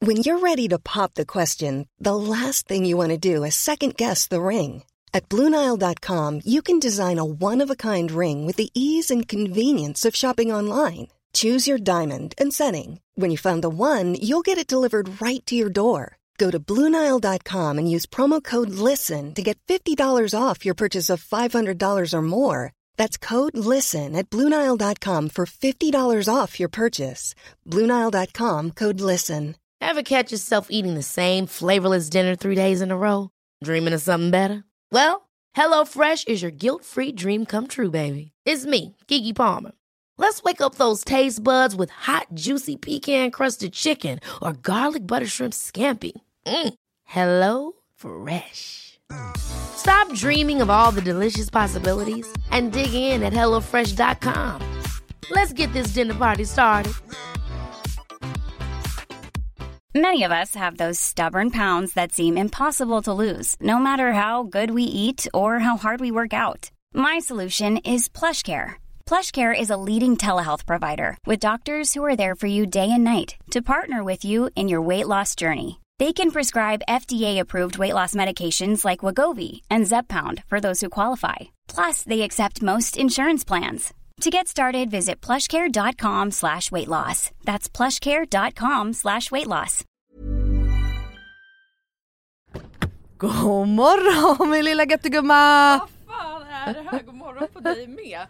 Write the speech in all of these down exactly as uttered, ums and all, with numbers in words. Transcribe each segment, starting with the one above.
When you're ready to pop the question, the last thing you want to do is second-guess the ring. At Blue Nile dot com, you can design a one-of-a-kind ring with the ease and convenience of shopping online. Choose your diamond and setting. When you find the one, you'll get it delivered right to your door. Go to Blue Nile dot com and use promo code LISTEN to get fifty dollars off your purchase of five hundred dollars or more. That's code LISTEN at Blue Nile dot com for fifty dollars off your purchase. Blue Nile dot com, code LISTEN. Ever catch yourself eating the same flavorless dinner three days in a row? Dreaming of something better? Well, HelloFresh is your guilt-free dream come true, baby. It's me, Keke Palmer. Let's wake up those taste buds with hot, juicy pecan-crusted chicken or garlic butter shrimp scampi. Mm. Hello Fresh. Stop dreaming of all the delicious possibilities and dig in at hello fresh dot com. Let's get this dinner party started. Many of us have those stubborn pounds that seem impossible to lose, no matter how good we eat or how hard we work out. My solution is PlushCare. PlushCare is a leading telehealth provider with doctors who are there for you day and night to partner with you in your weight loss journey. They can prescribe F D A-approved weight loss medications like Wegovy and Zepbound for those who qualify. Plus, they accept most insurance plans. To get started, visit plushcare.com slash weight loss. That's plushcare.com slash weight loss. God morgon, min lilla göttegumma! Vad fan är det här? God morgon på dig med.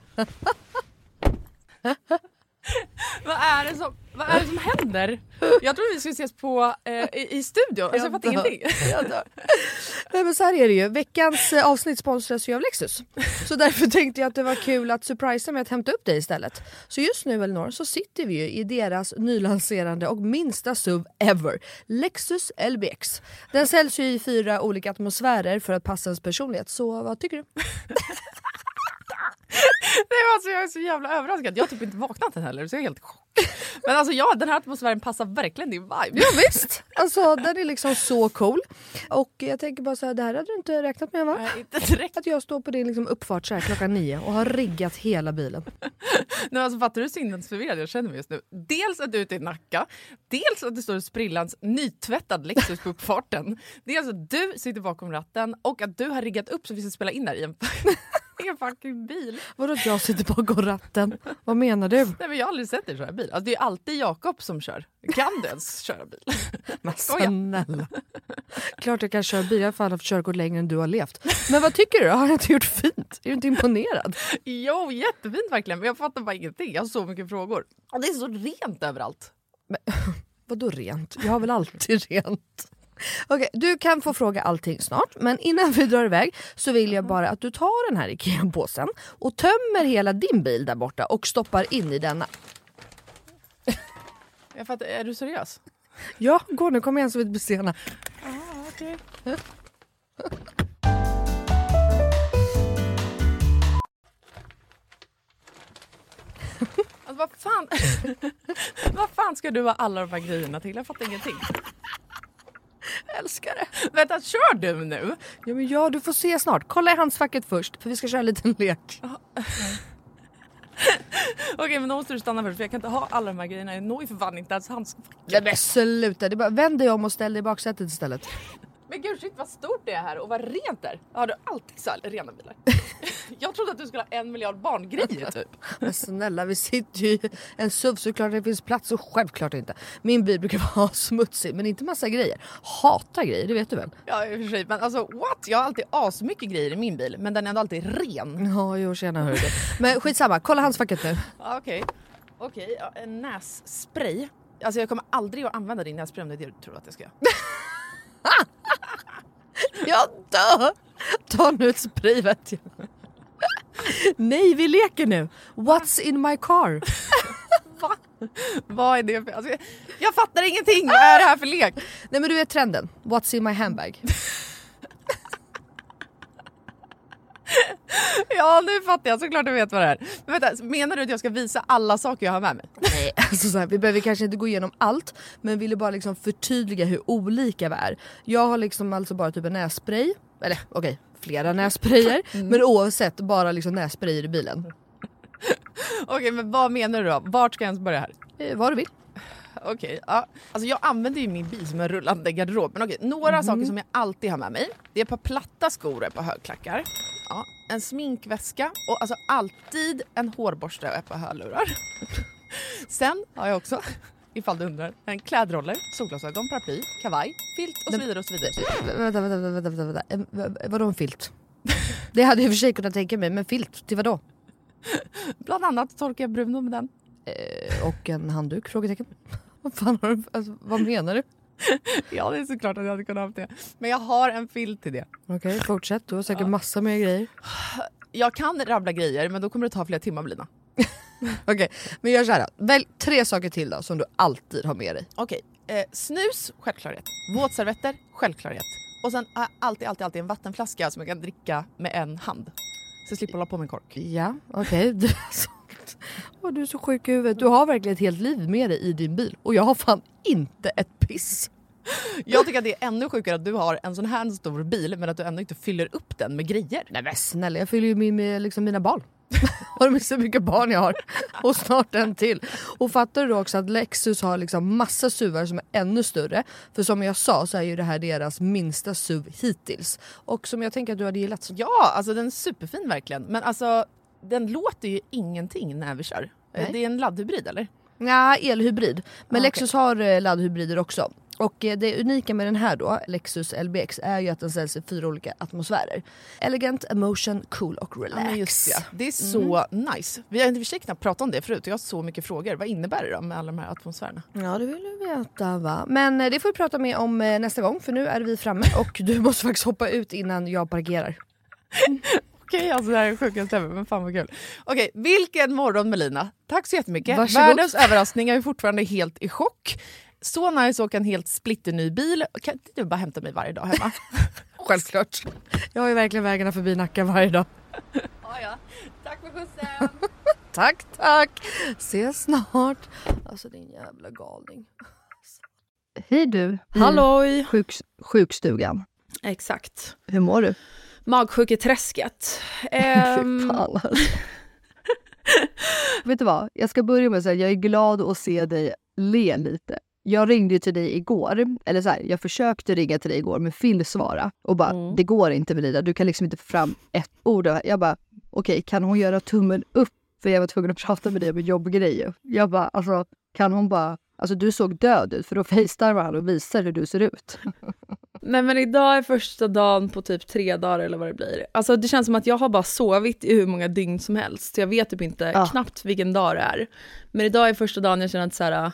Vad är det som, vad är det som händer? Jag tror vi ska ses på eh, i, i studion. Alltså, jag fattar ingenting. Nej, men så här är det ju. Veckans eh, avsnitt sponsras ju av Lexus. Så därför tänkte jag att det var kul att surprisa med att hämta upp dig istället. Så just nu, Elinor, så sitter vi ju i deras nylanserande och minsta S U V ever. Lexus L B X. Den säljs ju i fyra olika atmosfärer för att passa ens personlighet. Så vad tycker du? Nej, alltså, jag är så jävla överraskad. Jag har typ inte vaknat den heller, så jag är helt chock. Men alltså ja, den här atmosfären passar verkligen din vibe. Ja visst, alltså den är liksom så cool. Och jag tänker bara så här, det här hade du inte räknat med, va? Nej, inte direkt. Att jag står på din liksom uppfart så här klockan nio och har riggat hela bilen. Nej, alltså fattar du sinnesförvirrad jag känner mig just nu? Dels att du är ute i Nacka, dels att det står sprillans nytvättad Lexus på uppfarten. Dels att du sitter bakom ratten och att du har riggat upp så vi ska spela in där i en... en fucking bil. Vadå att jag sitter bakom ratten? Vad menar du? Nej, men jag har aldrig sett dig köra bil. Alltså, det är alltid Jakob som kör. Kan du ens köra bil? Men snälla. Klart jag kan köra bil. Jag har fan haft körkort längre än du har levt. Men vad tycker du? Har jag inte gjort fint? Är du inte imponerad? Jo, jättefint verkligen. Men jag fattar bara ingenting. Jag har så mycket frågor. Och det är så rent överallt. Men, vadå rent? Jag har väl alltid rent. Okej, du kan få fråga allting snart. Men innan vi drar iväg så vill jag bara att du tar den här Ikea-påsen och tömmer hela din bil där borta och stoppar in i denna. Jag fattar, är du seriös? Ja, gå nu, kom igen så vi blir sena. Ah, okej. Alltså, vad fan vad fan ska du ha alla de här grejerna till? Jag fattar ingenting. Jag älskar det. Vänta, kör du nu? Ja, men ja, du får se snart. Kolla i handskfacket först, för vi ska köra en liten lek. Okej, men då måste du stanna först, för jag kan inte ha alla de här grejerna. Jag når ju för fan inte ens handskfacket. Ja, men sluta, det är bara vänd dig om och ställ dig i baksätet istället. Men gud, shit, vad stort det är här och vad rent det är. Har du alltid så här rena bilar? Jag trodde att du skulle ha en miljard barngrejer typ. Men snälla, vi sitter ju i en S U V, så klart det finns plats, och självklart inte. Min bil brukar vara smutsig, men inte massa grejer. Hatar grejer, det vet du väl? Ja, i och för sig, men alltså what? Jag har alltid asmycket grejer i min bil, men den är ändå alltid ren. Ja, jo, tjena, hör du. Men skitsamma, kolla handskfacket nu. Ja, okej. Okej, ja, en nässpray. Alltså jag kommer aldrig att använda din nässpray om det är det du tror att jag ska göra. Jag dör. Ta nu ett spray, vet jag. Nej, vi leker nu. What's in my car? Va? Vad är det för... Alltså, jag, jag fattar ingenting. Vad är det här för lek? Nej, men du vet trenden. What's in my handbag? Ja, nu fattar jag. Såklart du vet vad det är. Men vänta, menar du att jag ska visa alla saker jag har med mig? Nej, alltså så här, vi behöver kanske inte gå igenom allt, men ville bara liksom förtydliga hur olika vi är. Jag har liksom alltså bara typ en nässpray. Eller okej, okay, flera nässprayer. Mm. Men oavsett, bara liksom nässprayer i bilen. Okej, okay, men vad menar du då? Vart ska jag ens börja här? Eh, var du vill. Okej, okay, ja. Alltså jag använder ju min bil som en rullande garderob. Men okej, okay, några mm. saker som jag alltid har med mig. Det är ett par platta skor och ett par högklackar. Ja, en sminkväska och alltså alltid en hårborste och ett par hörlurar. Sen har jag också, ifall du undrar, en klädroller, solglasögon, paraply, kavaj, filt och så vidare och så vidare. Vänta, vänta, vänta, vänta, vänta. Vadå en filt? Det hade jag i och för sig kunnat tänka mig, men filt, till vadå? Bland annat torkar jag Bruno med den. Eh, och en handduk, frågetecken. Vad fan har du, alltså, vad menar du? Ja, det är såklart att jag hade kunnat ha det. Men jag har en filt till det. Okej, okay, fortsätt. Du har säkert ja. massa mer grejer. Jag kan rabbla grejer, men då kommer det ta flera timmar, Melina. Okej, okay, men gör så här. Välj tre saker till då som du alltid har med dig. Okej, okay. eh, snus, självklarhet. Våtservetter, självklarhet. Och sen har jag alltid, alltid, alltid en vattenflaska som jag kan dricka med en hand. Så jag slipper hålla på med en kork. Ja, okej. Okay. Oh, du är så sjuk i huvudet. Du har verkligen ett helt liv med dig i din bil. Och jag har fan inte ett piss. Jag tycker att det är ännu sjukare att du har en sån här stor bil men att du ändå inte fyller upp den med grejer. Nej men snälla, jag fyller ju med, med liksom mina barn. Har du så mycket barn jag har? Och snart en till. Och fattar du också att Lexus har liksom massa S U V:ar som är ännu större. För som jag sa så är ju det här deras minsta S U V hittills. Och som jag tänker att du hade gillat. Ja, alltså den är superfin verkligen. Men alltså den låter ju ingenting när vi kör. Nej. Det är en laddhybrid eller? Ja, elhybrid. Men ah, Lexus okay. har laddhybrider också. Och det unika med den här då, Lexus L B X, är ju att den säljs i fyra olika atmosfärer. Elegant, emotion, cool och relax. Ja, just det. Det är så mm. nice. Vi har inte försökt knappt prata om det förut. Jag har så mycket frågor. Vad innebär det då med alla de här atmosfärerna? Ja, det vill du veta va. Men det får vi prata med om nästa gång. För nu är vi framme och du måste faktiskt hoppa ut innan jag parkerar. Okej, okay, alltså det här är sjukaste ever, men fan vad kul. Okej, okay, vilken morgon Melina. Tack så jättemycket. Varsågod. Världens överraskning, jag är fortfarande helt i chock. Så nice att åka en helt splitterny bil. Kan inte du bara hämta mig varje dag hemma? Självklart. Jag har ju verkligen vägarna förbi Nacka varje dag. Ja, ja. Tack för skjutsen. Tack, tack. Ses snart. Alltså din jävla galning. Hej du. Halloj. Sjuk, sjukstugan. Exakt. Hur mår du? Magsjuketräsket. Um... Fan alltså. Vet du vad? Jag ska börja med att säga att jag är glad att se dig le lite. Jag ringde till dig igår, eller så här, jag försökte ringa till dig igår med Phil svara och bara, mm. det går inte med det, du kan liksom inte få fram ett ord. Jag bara, okej, okay, kan hon göra tummen upp? För jag var tvungen att prata med dig om jobbgrejer. Jag bara, alltså, kan hon bara, alltså du såg död ut för då facetimar han och visar hur du ser ut. Nej men idag är första dagen på typ tre dagar eller vad det blir. Alltså det känns som att jag har bara sovit i hur många dygn som helst. Så jag vet typ inte ja. knappt vilken dag det är. Men idag är första dagen jag känner att så här,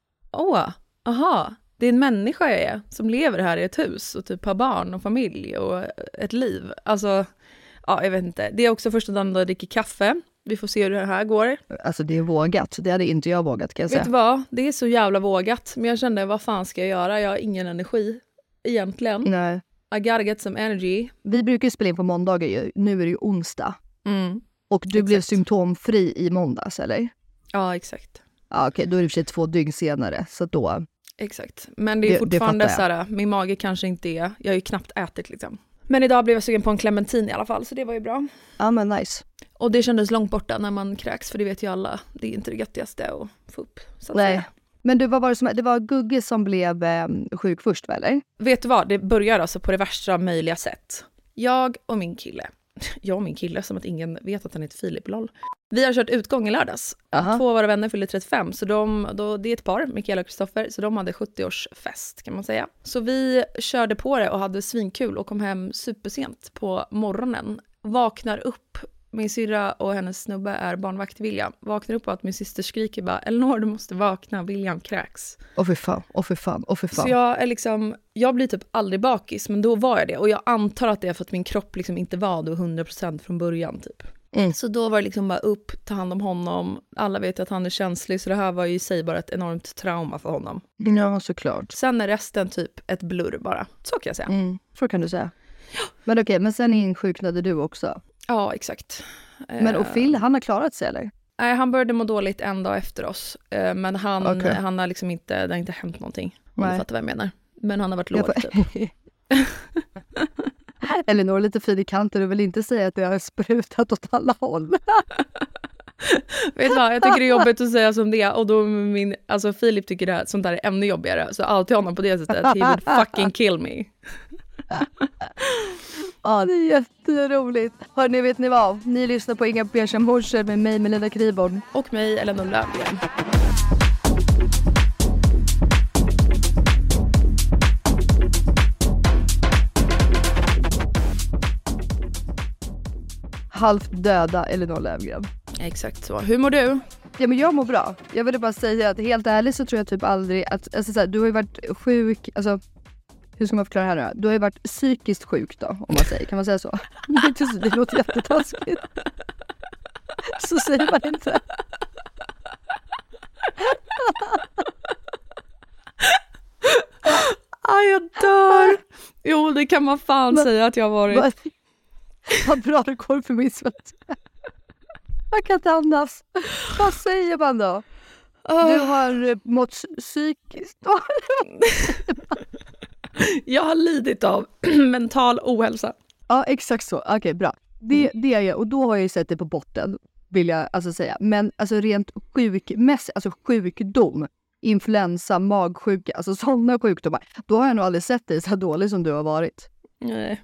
åh, aha, det är en människa jag är som lever här i ett hus och typ har barn och familj och ett liv. Alltså, ja jag vet inte. Det är också första dagen då jag dricker kaffe. Vi får se hur det här går. Alltså det är vågat. Det hade inte jag vågat kan jag säga. Vet du vad? Det är så jävla vågat. Men jag kände, vad fan ska jag göra? Jag har ingen energi. Egentligen. Nej. I gotta get some energy. Vi brukar ju spela in på måndagar ju. Nu är det ju onsdag. Mm. Och du exakt. blev symptomfri i måndags, eller? Ja, exakt. Ja, okej. Okay. Då är det i och för sig två dygn senare. Så då... Exakt. Men det är det, fortfarande det så här, min mage kanske inte är... Jag har ju knappt ätit liksom. Men idag blev jag sugen på en clementin i alla fall, så det var ju bra. Ja, men nice. Och det kändes långt borta när man kräks, för det vet ju alla. Det är inte det göttigaste att få upp. Så att Nej. Säga. Men du, vad var det som... Det var Gugge som blev eh, sjuk först, eller? Vet du vad? Det börjar alltså på det värsta möjliga sätt. Jag och min kille... Jag och min kille, som att ingen vet att han heter Filip, lol. Vi har kört utgång i lördags. Aha. Två av våra vänner fyllde trettiofem, så de, då, det är ett par, Mikaela och Kristoffer, så de hade sjuttioårsfest kan man säga. Så vi körde på det och hade svinkul och kom hem supersent på morgonen. Vaknar upp, min syrra och hennes snubbe är barnvakt William. Vaknar upp och att min syster skriker bara, Elinor du måste vakna, William kräks. Åh för fan, åh för fan, åh för fan. Så jag är liksom, jag blir typ aldrig bakis, men då var jag det. Och jag antar att det är för att min kropp liksom inte var då hundra procent från början typ. Mm. Så då var det liksom bara upp, ta hand om honom. Alla vet att han är känslig, så det här var ju i sig bara ett enormt trauma för honom. Ja, såklart. Sen är resten typ ett blurr bara, så kan jag säga. Mm, så kan du säga. Ja. Men okej, men sen insjuknade du också. Ja, exakt. Men och Phil, han har klarat sig eller? Nej, han började må dåligt en dag efter oss. Men han, okay. han har liksom inte, det har inte hänt någonting. Om Nej. du fattar vad jag menar. Men han har varit låg typ. Elinor, lite fin i kanten. Du vill inte säga att det har sprutat åt alla håll. Vet du vad, jag tycker det är jobbigt att säga som det. Och då min, alltså Filip tycker det här, sånt där är ännu jobbigare. Så alltid honom på det sättet. He would fucking kill me. Ja, det är jätteroligt. Hörrni, vet ni vad? Ni lyssnar på Inga Beiga morsor med mig, Melina Kriborn. Och mig, Elinor Löfgren. Halvt döda Elinor Löfgren. Exakt så. Hur mår du? Ja, men jag mår bra. Jag ville bara säga att helt ärligt så tror jag typ aldrig att, alltså så här, du har ju varit sjuk, alltså hur ska man förklara det här nu? Du har ju varit psykiskt sjuk då, om man säger. Kan man säga så? Det låter jättetaskigt. Så säger man inte. Aj, jag dör. Jo, det kan man fan men, säga att jag har varit. Vad, vad bra det går för min svett. Jag kan inte andas. Vad säger man då? Oh. Du har mått psykiskt. Jag har lidit av mental ohälsa. Ja, exakt så. Okej, okay, bra. Det, det är jag. Och då har jag ju sett det på botten, vill jag alltså säga. Men alltså rent sjukmässigt, alltså sjukdom, influensa, magsjuka, alltså sådana sjukdomar. Då har jag nog aldrig sett dig så dålig som du har varit. Nej.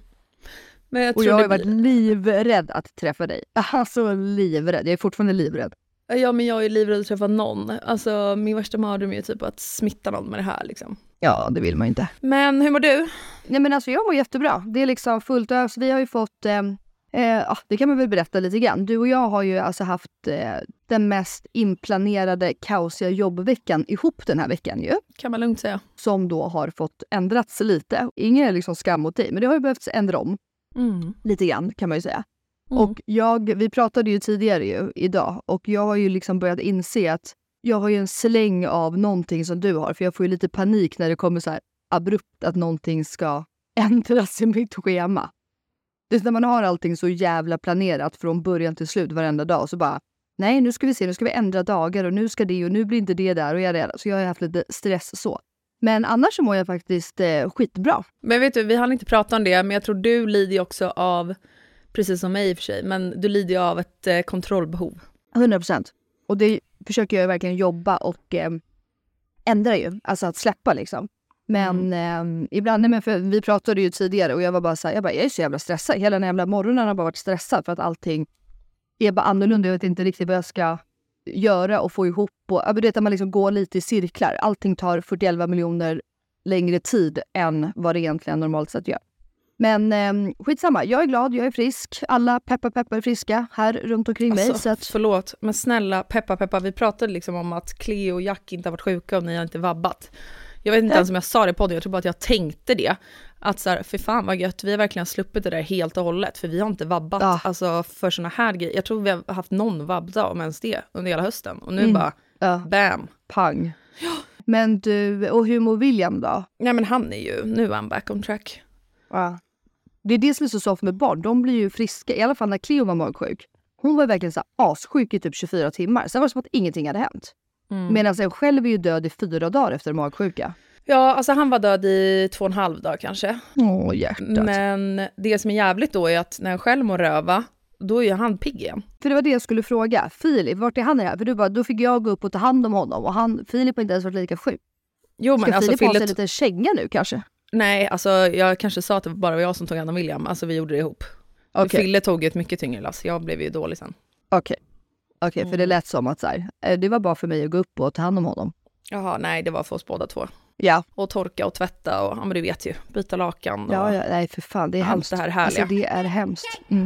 Men jag och tror jag har det varit blir... livrädd att träffa dig. Alltså livrädd. Jag är fortfarande livrädd. Ja, men jag är livrädd att träffa någon. Alltså min värsta mardröm är ju typ att smitta någon med det här liksom. Ja, det vill man inte. Men hur mår du? Nej, men alltså jag mår jättebra. Det är liksom fullt ös. Vi har ju fått, eh, eh, det kan man väl berätta lite grann. Du och jag har ju alltså haft eh, den mest inplanerade kaosiga jobbveckan ihop den här veckan ju. Kan man lugnt säga. Som då har fått ändrats lite. Ingen liksom skam mot dig, men det har ju behövt ändra om. Mm. Lite grann kan man ju säga. Mm. Och jag, vi pratade ju tidigare ju idag och jag har ju liksom börjat inse att jag har ju en släng av någonting som du har. För jag får ju lite panik när det kommer så här abrupt att någonting ska ändras i mitt schema. Det är när man har allting så jävla planerat från början till slut varenda dag. Så bara, nej nu ska vi se, nu ska vi ändra dagar och nu ska det och nu blir inte det där och jag är Så jag har haft lite stress så. Men annars så mår jag faktiskt eh, skitbra. Men vet du, vi hann inte prata om det, men jag tror du lider också av, precis som mig i och för sig, men du lider av ett eh, kontrollbehov. hundra procent. Och det försöker jag verkligen jobba och eh, ändra ju. Alltså att släppa liksom. Men mm. eh, ibland, nej, men för vi pratade ju tidigare och jag var bara så här, jag, bara, jag är så jävla stressad. Hela den jävla morgonen har bara varit stressad för att allting är bara annorlunda. Jag vet inte riktigt vad jag ska göra och få ihop. Och, jag vet att man liksom går lite i cirklar. Allting tar fyrtioelva miljoner längre tid än vad det egentligen normalt sett gör. Men eh, skitsamma, jag är glad, jag är frisk. Alla peppar peppar är friska här runt omkring alltså, mig. Så att... Förlåt, men snälla peppar peppar. Vi pratade liksom om att Cleo och Jack inte har varit sjuka och ni har inte vabbat. Jag vet inte ens om jag sa det på det, jag tror bara att jag tänkte det. Att så här, för fan vad gött, vi har verkligen sluppit det där helt och hållet. För vi har inte vabbat ja. alltså, för såna här grejer. Jag tror vi har haft någon vabbdag om ens det under hela hösten. Och nu mm. bara, ja. bam. Pang. Ja. Men du, och hur mår William då? Nej men han är ju, nu är han back on track. Ja. Det är det som är så soft med barn. De blir ju friska, i alla fall när Cleo var magsjuk. Hon var verkligen så här assjuk i typ tjugofyra timmar. Sen var det som att ingenting hade hänt. Mm. Medan jag själv är ju död i fyra dagar efter magsjuka. Ja, alltså han var död i två och en halv dag kanske. Åh, hjärtat. Men det som är jävligt då är att när jag själv mår röva, då är han pigg igen. För det var det jag skulle fråga. Filip, vart är han här? För du bara, då fick jag gå upp och ta hand om honom. Och han, Filip har inte ens varit lika sjuk. Jo, men Ska alltså, Filip Filip ha sig lite känga nu kanske? Nej, alltså jag kanske sa att det var bara jag som tog hand om William. Alltså vi gjorde det ihop. Okay. Fille tog ett mycket tyngre lass. Jag blev ju dålig sen. Okej. Okay. Okej, okay, mm. för det lät som att så här, det var bara för mig att gå upp och ta hand om honom. Jaha, nej det var för oss båda två. Ja. Och torka och tvätta och, ja men du vet ju, byta lakan. Och ja, ja, nej för fan, det är hemskt. Det här härliga. Alltså det är hemskt. Mm.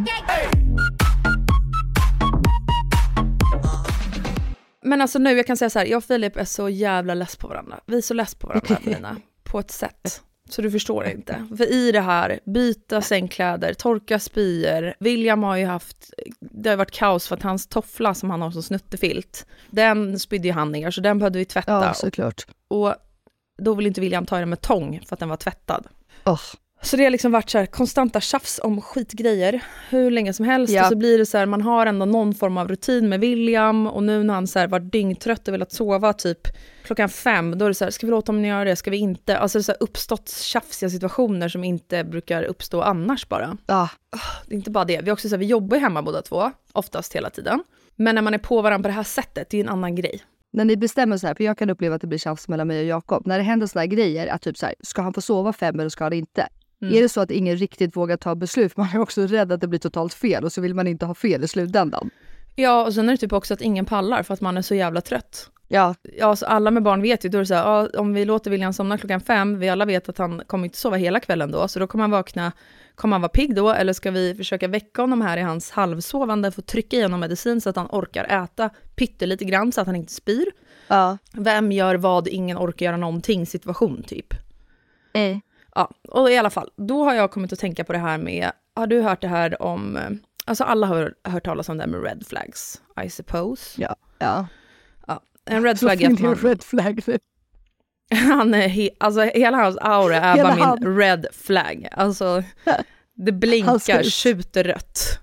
Men alltså nu, jag kan säga så här, jag och Filip är så jävla less på varandra. Vi är så less på varandra, Melina, på ett sätt. Så du förstår inte. För i det här, byta sängkläder, torka spyor. William har ju haft, det har varit kaos för att hans toffla som han har som snuttefilt, den spydde ju han ner, så den behövde vi tvätta. Ja, såklart. Och, och då vill inte William ta den med tång för att den var tvättad. Oh. Så det har liksom varit så här konstanta tjafs om skitgrejer hur länge som helst. Ja. Och så blir det så här, man har ändå någon form av rutin med William. Och nu när han så här var dyngtrött och velat sova typ klockan fem, då är det så här, ska vi låta honom göra det, ska vi inte? Alltså det är så här uppstått tjafsiga situationer som inte brukar uppstå annars bara. Ja. Det är inte bara det. Vi också så här, vi jobbar hemma båda två, oftast hela tiden. Men när man är på varandra på det här sättet, det är en annan grej. När ni bestämmer så här, för jag kan uppleva att det blir tjafs mellan mig och Jakob. När det händer såna här grejer, att typ så här, ska han få sova fem eller ska han inte? Mm. Är det så att ingen riktigt vågar ta beslut, man är också rädd att det blir totalt fel och så vill man inte ha fel i slutändan. Ja, och sen är det typ också att ingen pallar för att man är så jävla trött. Ja. Ja, så alla med barn vet ju, då är det så här, ja, om vi låter William somna klockan fem, vi alla vet att han kommer inte sova hela kvällen då, så då kommer han vakna, kommer han vara pigg då, eller ska vi försöka väcka honom här i hans halvsovande, få trycka i honom medicin så att han orkar äta pyttelite grann så att han inte spyr. Ja. Vem gör vad, ingen orkar göra någonting situation typ. Mm. Ja, och i alla fall, då har jag kommit att tänka på det här med, har du hört det här om, alltså alla har hört talas om det med red flags, I suppose. Ja, ja. Ja, en red flag är att man... red flag. Han är he, alltså hela hans aura är Hela bara han. min red flag. Alltså det blinkar, skjuter rött.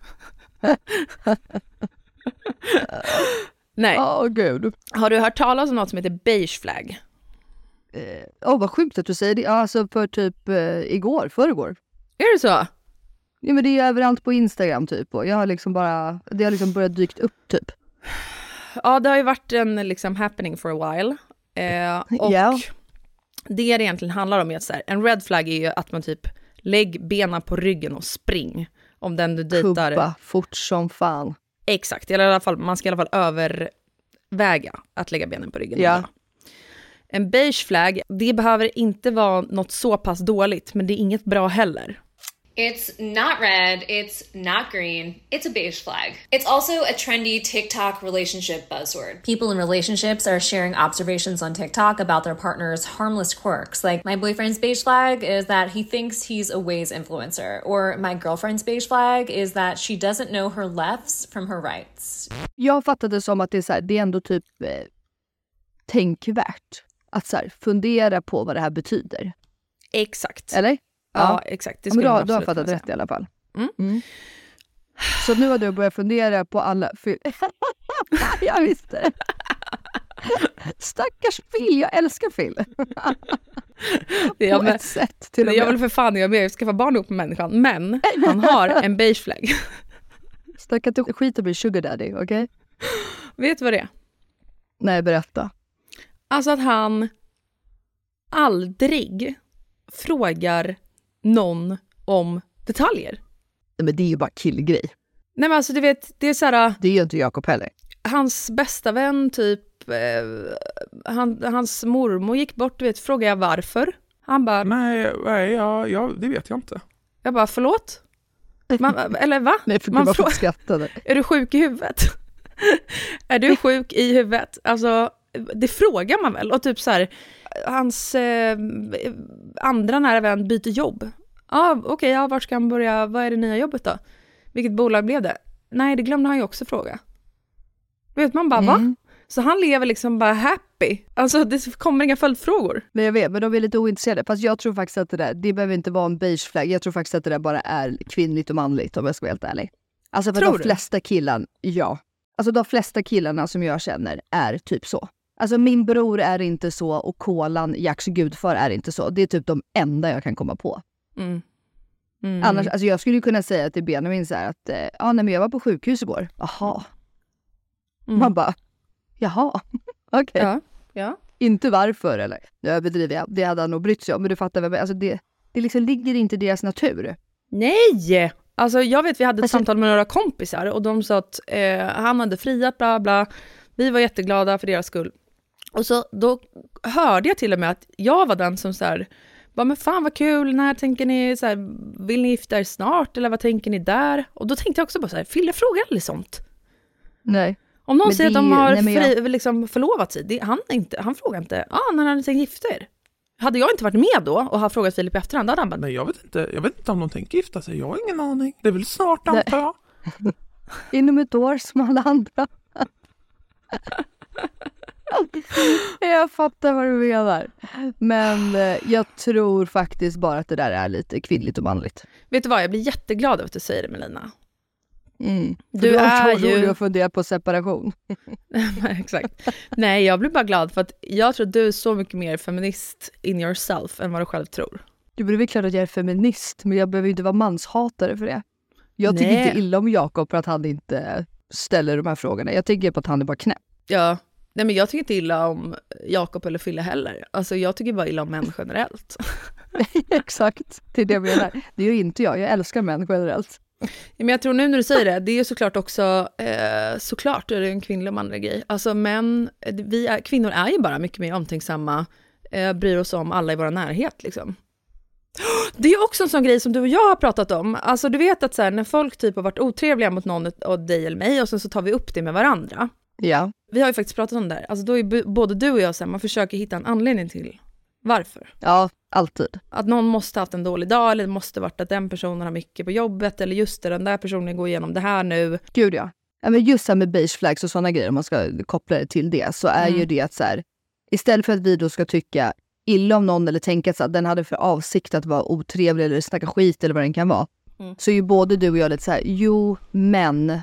Nej. Åh oh, gud. Har du hört talas om något som heter beige flag? Åh eh, oh, vad sjukt att du säger det. Alltså för typ eh, igår, förrgår. Är det så? Ja men det är ju överallt på Instagram typ. Och jag har liksom bara, det har liksom börjat dykt upp typ. Ja, det har ju varit en liksom happening for a while. Eh, och yeah. det det egentligen handlar om är att så här, en red flag är ju att man typ lägg benen på ryggen och spring. Om den du dejtar. Kubba fort som fan. Exakt, i alla fall, man ska i alla fall överväga att lägga benen på ryggen. Ja. En beige flag, det behöver inte vara något så pass dåligt, men det är inget bra heller. It's not red, it's not green, it's a beige flag. It's also a trendy TikTok relationship buzzword. People in relationships are sharing observations on TikTok about their partner's harmless quirks. Like, my boyfriend's beige flag is that he thinks he's a Waze influencer. Or my girlfriend's beige flag is that she doesn't know her lefts from her rights. Jag fattade som att det är, så här, det är ändå typ eh, tänkvärt att så här, fundera på vad det här betyder. Exakt. Eller? Ja, ja exakt. Det ja, men då, då har jag fattat rätt i alla fall. Mm. Mm. Så nu har du börjat fundera på alla... jag visste det. Stackars Phil, jag älskar Phil. Ja, på men, ett sätt till och med. Jag vill för fan jag med, jag ska få barn ihop med människan. Men han har en beige flag. Stackars du skit och bli sugar daddy, okej? Okay? Vet du vad det är? Nej, berätta. Alltså att han aldrig frågar någon om detaljer. Men det är ju bara killgrej. Nej men alltså du vet, det är så här. Det är ju inte Jakob heller. Hans bästa vän typ, eh, han, hans mormor gick bort, du vet, frågade jag varför. Han bara, nej, nej ja, ja, det vet jag inte. Jag bara, förlåt? Man, eller va? Nej, för man man får skratta där. Är du sjuk i huvudet? Är du sjuk i huvudet? Alltså, det frågar man väl. Och typ så här, hans eh, andra nära vän byter jobb. Ja, ah, okej, okay, ja, vart ska han börja? Vad är det nya jobbet då? Vilket bolag blev det? Nej, det glömde han ju också fråga. Vet man bara, mm. va? Så han lever liksom bara happy. Alltså det kommer inga följdfrågor. Men jag vet, men de är lite ointresserade. Fast jag tror faktiskt att det där, det behöver inte vara en beige flag. Jag tror faktiskt att det där bara är kvinnligt och manligt, om jag ska vara helt ärlig. Alltså för tror de du? flesta killarna, ja. Alltså de flesta killarna som jag känner är typ så. Alltså min bror är inte så och Kolan, Jacks gudfar är inte så. Det är typ de enda jag kan komma på. Mm. Mm. Annars, alltså jag skulle ju kunna säga till Benjamin så här att ja, ah, nej, men jag var på sjukhus igår. Jaha. Mm. Man bara, jaha. Okej. Okay. Ja. Ja. Inte varför eller. Nu överdriver jag. Det hade han nog brytt sig om. Men du fattar väl. Alltså det, det liksom ligger inte i deras natur. Nej! Alltså jag vet vi hade ett alltså, samtal med några kompisar. Och de sa att eh, han hade friat bla bla. Vi var jätteglada för deras skull. Och så då hörde jag till och med att jag var den som så här, bara, men fan vad kul, när tänker ni så här, vill ni gifta er snart eller vad tänker ni där? Och då tänkte jag också bara så här, Phil, jag frågar aldrig sånt. Nej. Om någon men säger det, att de har nej, jag... fri, liksom förlovat sig, det, han, inte, han frågar inte, ja ah, när har ni tänkt gifta er? Hade jag inte varit med då och har frågat Filip i efterhand, hade han bara, nej jag vet inte, jag vet inte om de tänker gifta sig, jag har ingen aning. Det är väl snart antar jag. Inom ett år som alla andra. Jag fattar vad du menar. Men eh, jag tror faktiskt bara att det där är lite kvinnligt och manligt. Vet du vad, jag blir jätteglad över att du säger det, Melina. Mm. Du, du är ju att fundera på separation. Exakt. Nej, jag blir bara glad för att jag tror att du är så mycket mer feminist in yourself än vad du själv tror. Du borde väl klart att jag är feminist, men jag behöver inte vara manshatare för det. Jag tycker Nej. inte illa om Jakob för att han inte ställer de här frågorna. Jag tänker på att han är bara knäpp. Ja, nej men jag tycker inte illa om Jakob eller Fille heller. Alltså jag tycker bara illa om män generellt. Exakt, det är det jag menar. Det gör inte jag, jag älskar män generellt. Men jag tror nu när du säger det, det är såklart också, eh, såklart är det en kvinnlig och manlig grej. Alltså män, vi är, kvinnor är ju bara mycket mer omtänksamma, eh, bryr oss om alla i vår närhet liksom. Det är också en sån grej som du och jag har pratat om. Alltså du vet att så här, när folk typ har varit otrevliga mot någon av dig eller mig och sen så tar vi upp det med varandra. Ja. Vi har ju faktiskt pratat om det där. Alltså då är b- både du och jag så här, man försöker hitta en anledning till varför. Ja, alltid. Att någon måste ha haft en dålig dag eller det måste varit att den personen har mycket på jobbet eller just det, den där personen går igenom det här nu. Gud ja. Ja men just här med beige flags och sådana grejer, om man ska koppla det till det, så är mm. ju det att så här, istället för att vi då ska tycka illa om någon eller tänka att den hade för avsikt att vara otrevlig eller snacka skit eller vad den kan vara. Mm. Så är ju både du och jag lite så här, jo men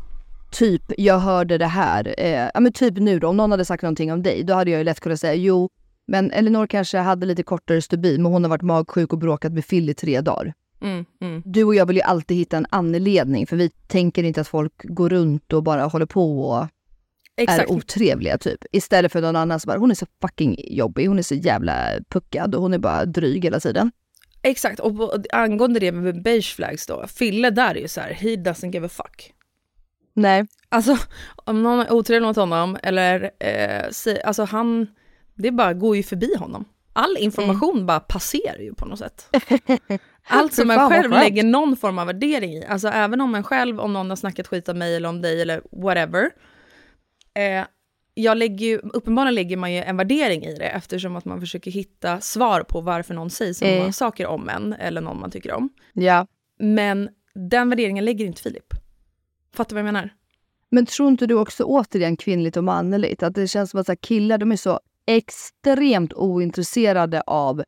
typ jag hörde det här. Eh, ja men typ nu då, om någon hade sagt någonting om dig, då hade jag ju lätt kunnat säga jo, men Elinor kanske hade lite kortare stubin, men hon har varit magsjuk och bråkat med Phil i tre dagar. Mm, mm. Du och jag vill ju alltid hitta en anledning, för vi tänker inte att folk går runt och bara håller på och Exakt. är otrevliga typ. Istället för någon annan som bara, hon är så fucking jobbig, hon är så jävla puckad och hon är bara dryg hela tiden. Exakt, och angående det med beige flags då, Fille där är ju så här, he doesn't give a fuck. Nej. Alltså, om någon är otrevlig mot honom, eller eh, se, alltså han, det bara går ju förbi honom. All information mm. bara passerar ju på något sätt. Allt som man själv lägger någon form av värdering i. Alltså även om man själv, om någon har snackat skit om mig eller om dig eller whatever. Eh, jag lägger ju, uppenbarligen lägger man ju en värdering i det, eftersom att man försöker hitta svar på varför någon säger sådana mm. saker om en eller någon man tycker om. Ja. Men den värderingen lägger inte Filip. Fattar vad jag menar? Men tror inte du också återigen kvinnligt och manligt? Att det känns som att så här, killar, de är så extremt ointresserade av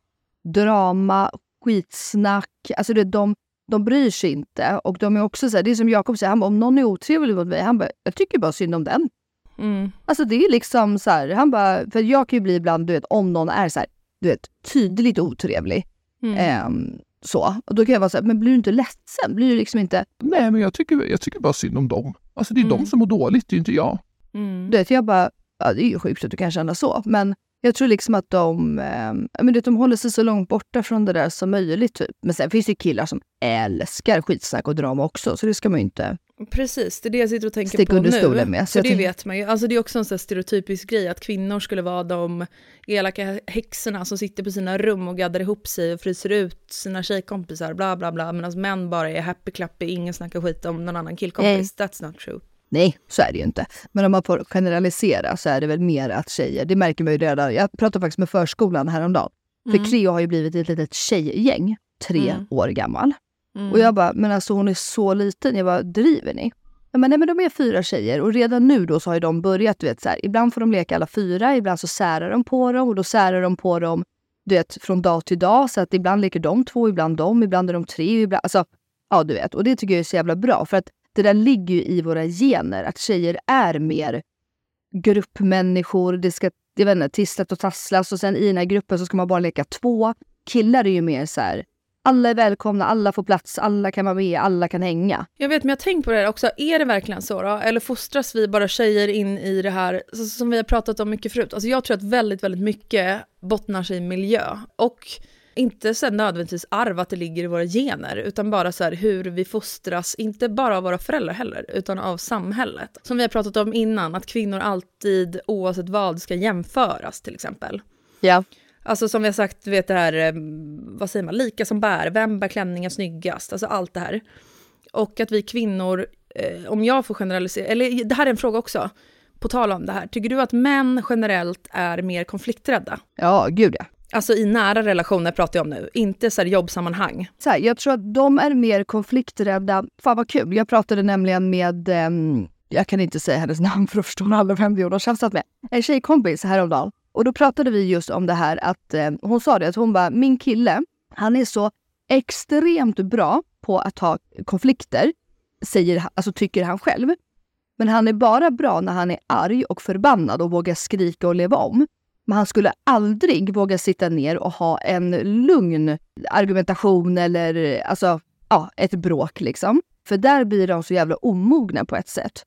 drama, skitsnack. Alltså det, de, de bryr sig inte. Och de är också så här, det är som Jakob säger, han bara, om någon är otrevlig mot mig, han bara, jag tycker bara synd om den. Mm. Alltså det är liksom så här, han bara, för jag kan ju bli ibland, du vet, om någon är så här, du vet, tydligt otrevlig. Mm. Um, så. Och då kan jag vara så här, men blir du inte ledsen? Blir du liksom inte... Nej, men jag tycker, jag tycker bara synd om dem. Alltså det är mm. de som mår dåligt, det är inte jag. Mm. Du vet, jag bara, ja, det är ju sjukt att du kan känna så, men jag tror liksom att de, eh, men det, de håller sig så långt borta från det där som möjligt typ. Men sen finns det killar som älskar skitsnack och drama också, så det ska man ju inte... Precis, det är det jag sitter och tänker på nu. Med. Så, så det tänk... vet man ju. Alltså det är också en sån stereotypisk grej att kvinnor skulle vara de elaka häxorna som sitter på sina rum och gaddar ihop sig och fryser ut sina tjejkompisar, bla bla bla. Medan män bara är happy clappy, ingen snackar skit om någon annan killkompis. Mm. That's not true. Nej, så är det ju inte. Men om man får generalisera så är det väl mer att tjejer, det märker man ju redan. Jag pratade faktiskt med förskolan häromdagen. Mm. För Cleo har ju blivit ett litet tjejgäng, tre mm. år gammal. Mm. Och jag bara, men alltså hon är så liten. Jag bara, driver ni? Jag bara, nej men de är fyra tjejer. Och redan nu då så har ju de börjat, du vet så här. Ibland får de leka alla fyra, ibland så särar de på dem. Och då särar de på dem, du vet, från dag till dag. Så att ibland leker de två, ibland de, ibland är de tre. Ibland, alltså, ja du vet. Och det tycker jag är så jävla bra. För att det där ligger ju i våra gener. Att tjejer är mer gruppmänniskor. Det ska, jag vet inte, tisslat och tasslas. Och sen i den här gruppen så ska man bara leka två. Killar är ju mer så här. Alla är välkomna, alla får plats, alla kan vara med, alla kan hänga. Jag vet, men jag tänker på det här också. Är det verkligen så då? Eller fostras vi bara tjejer in i det här som vi har pratat om mycket förut? Alltså jag tror att väldigt, väldigt mycket bottnar sig i miljö. Och inte så nödvändigtvis arv att det ligger i våra gener, utan bara så här hur vi fostras, inte bara av våra föräldrar heller, utan av samhället. Som vi har pratat om innan, att kvinnor alltid, oavsett vad, ska jämföras till exempel. Ja. Alltså som vi har sagt, du vet det här, vad säger man, lika som bär, vem bär klänningen snyggast, alltså allt det här. Och att vi kvinnor, eh, om jag får generalisera, eller det här är en fråga också, på tal om det här. Tycker du att män generellt är mer konflikträdda? Ja, gud ja. Alltså i nära relationer pratar jag om nu, inte så här jobbsammanhang. Så här, jag tror att de är mer konflikträdda. Fan vad kul, jag pratade nämligen med, eh, jag kan inte säga hennes namn för att förstå alla vem det är, och de tjafsat med en tjejkompis häromdagen. Och då pratade vi just om det här att eh, hon sa det att hon bara, min kille, han är så extremt bra på att ha konflikter, säger, alltså tycker han själv. Men han är bara bra när han är arg och förbannad och vågar skrika och leva om. Men han skulle aldrig våga sitta ner och ha en lugn argumentation eller alltså, ja, ett bråk liksom. För där blir de så jävla omogna på ett sätt.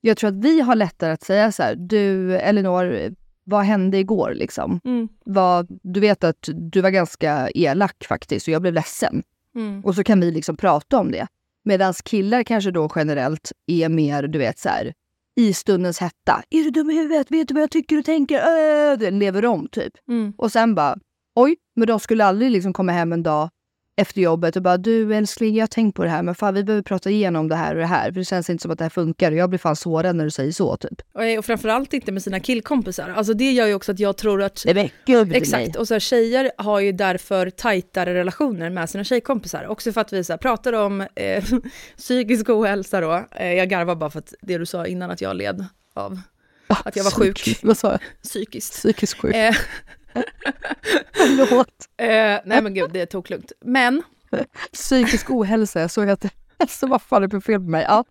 Jag tror att vi har lättare att säga så här, du Elinor, vad hände igår liksom? Mm. Vad, du vet att du var ganska elak faktiskt och jag blev ledsen. Mm. Och så kan vi liksom prata om det. Medan killar kanske då generellt är mer, du vet så här, i stundens hetta. Är du dum i huvudet? Vet du vad jag tycker och tänker? Äh, det lever om typ. Mm. Och sen bara, oj, men de skulle aldrig liksom komma hem en dag efter jobbet och bara, du älskling, jag har tänkt på det här, men fan vi behöver prata igenom det här och det här, för det känns inte som att det här funkar och jag blir fan sårad när du säger så typ. Och framförallt inte med sina killkompisar. Alltså det gör ju också att jag tror att... Det väcker exakt, mig. Och så här, tjejer har ju därför tajtare relationer med sina tjejkompisar. Också för att vi så här, pratar om eh, psykisk ohälsa då. Eh, jag garvar bara för att det du sa innan att jag led av att jag var sjuk. Psyk, vad sa jag? Psykiskt. Psykiskt sjuk. Eh, eh, nej men gud, det tog lugnt. Men psykisk ohälsa, jag såg att det så vad fan är det fel på mig? Ja.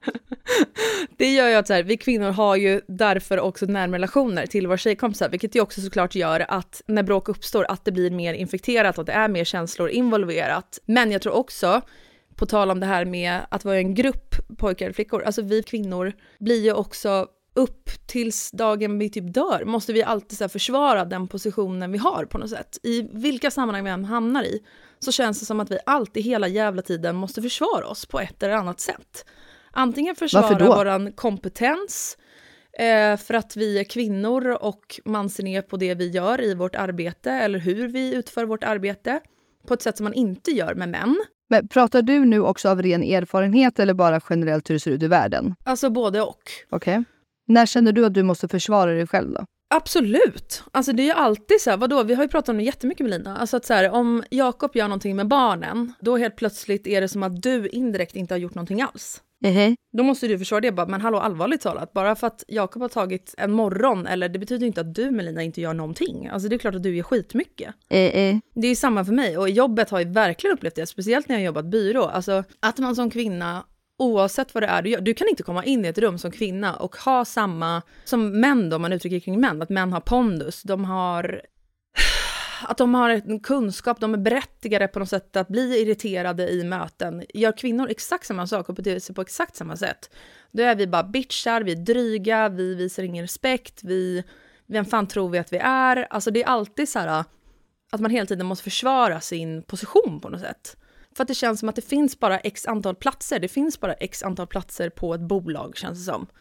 Det gör ju att så här, vi kvinnor har ju därför också närmare relationer till våra tjejkompisar, vilket ju också såklart gör att när bråk uppstår att det blir mer infekterat och att det är mer känslor involverat. Men jag tror också, på tal om det här med att vara en grupp pojkar och flickor, alltså vi kvinnor blir ju också upp tills dagen vi typ dör, måste vi alltid så här försvara den positionen vi har på något sätt. I vilka sammanhang vi än hamnar i så känns det som att vi alltid hela jävla tiden måste försvara oss på ett eller annat sätt. Antingen försvara våran kompetens eh, för att vi är kvinnor och man ser ner på det vi gör i vårt arbete eller hur vi utför vårt arbete på ett sätt som man inte gör med män. Men pratar du nu också av ren erfarenhet eller bara generellt hur det ser ut i världen? Alltså både och. Okej. Okay. När känner du att du måste försvara dig själv då? Absolut. Alltså det är ju alltid så här, vadå? Vi har ju pratat om det jättemycket med Lina. Alltså att så här, om Jakob gör någonting med barnen, då helt plötsligt är det som att du indirekt inte har gjort någonting alls. Mm-hmm. Då måste du försvara det bara, men hallå, allvarligt talat, bara för att Jakob har tagit en morgon, eller det betyder inte att du med Lina inte gör någonting. Alltså det är klart att du gör skitmycket. Mm-hmm. Det är ju samma för mig, och jobbet har ju verkligen upplevt det, speciellt när jag har jobbat byrå. Alltså att man som kvinna, oavsett vad det är du gör, du kan inte komma in i ett rum som kvinna och ha samma som män då, man uttrycker kring män, att män har pondus, de har att de har en kunskap, de är berättigade på något sätt att bli irriterade i möten. Gör kvinnor exakt samma sak och beter sig på exakt samma sätt, då är vi bara bitchar, vi är dryga, vi visar ingen respekt, vi, vem fan tror vi att vi är? Alltså det är alltid så här att man hela tiden måste försvara sin position på något sätt. För att det känns som att det finns bara x antal platser. Det finns bara x antal platser på ett bolag, känns det som.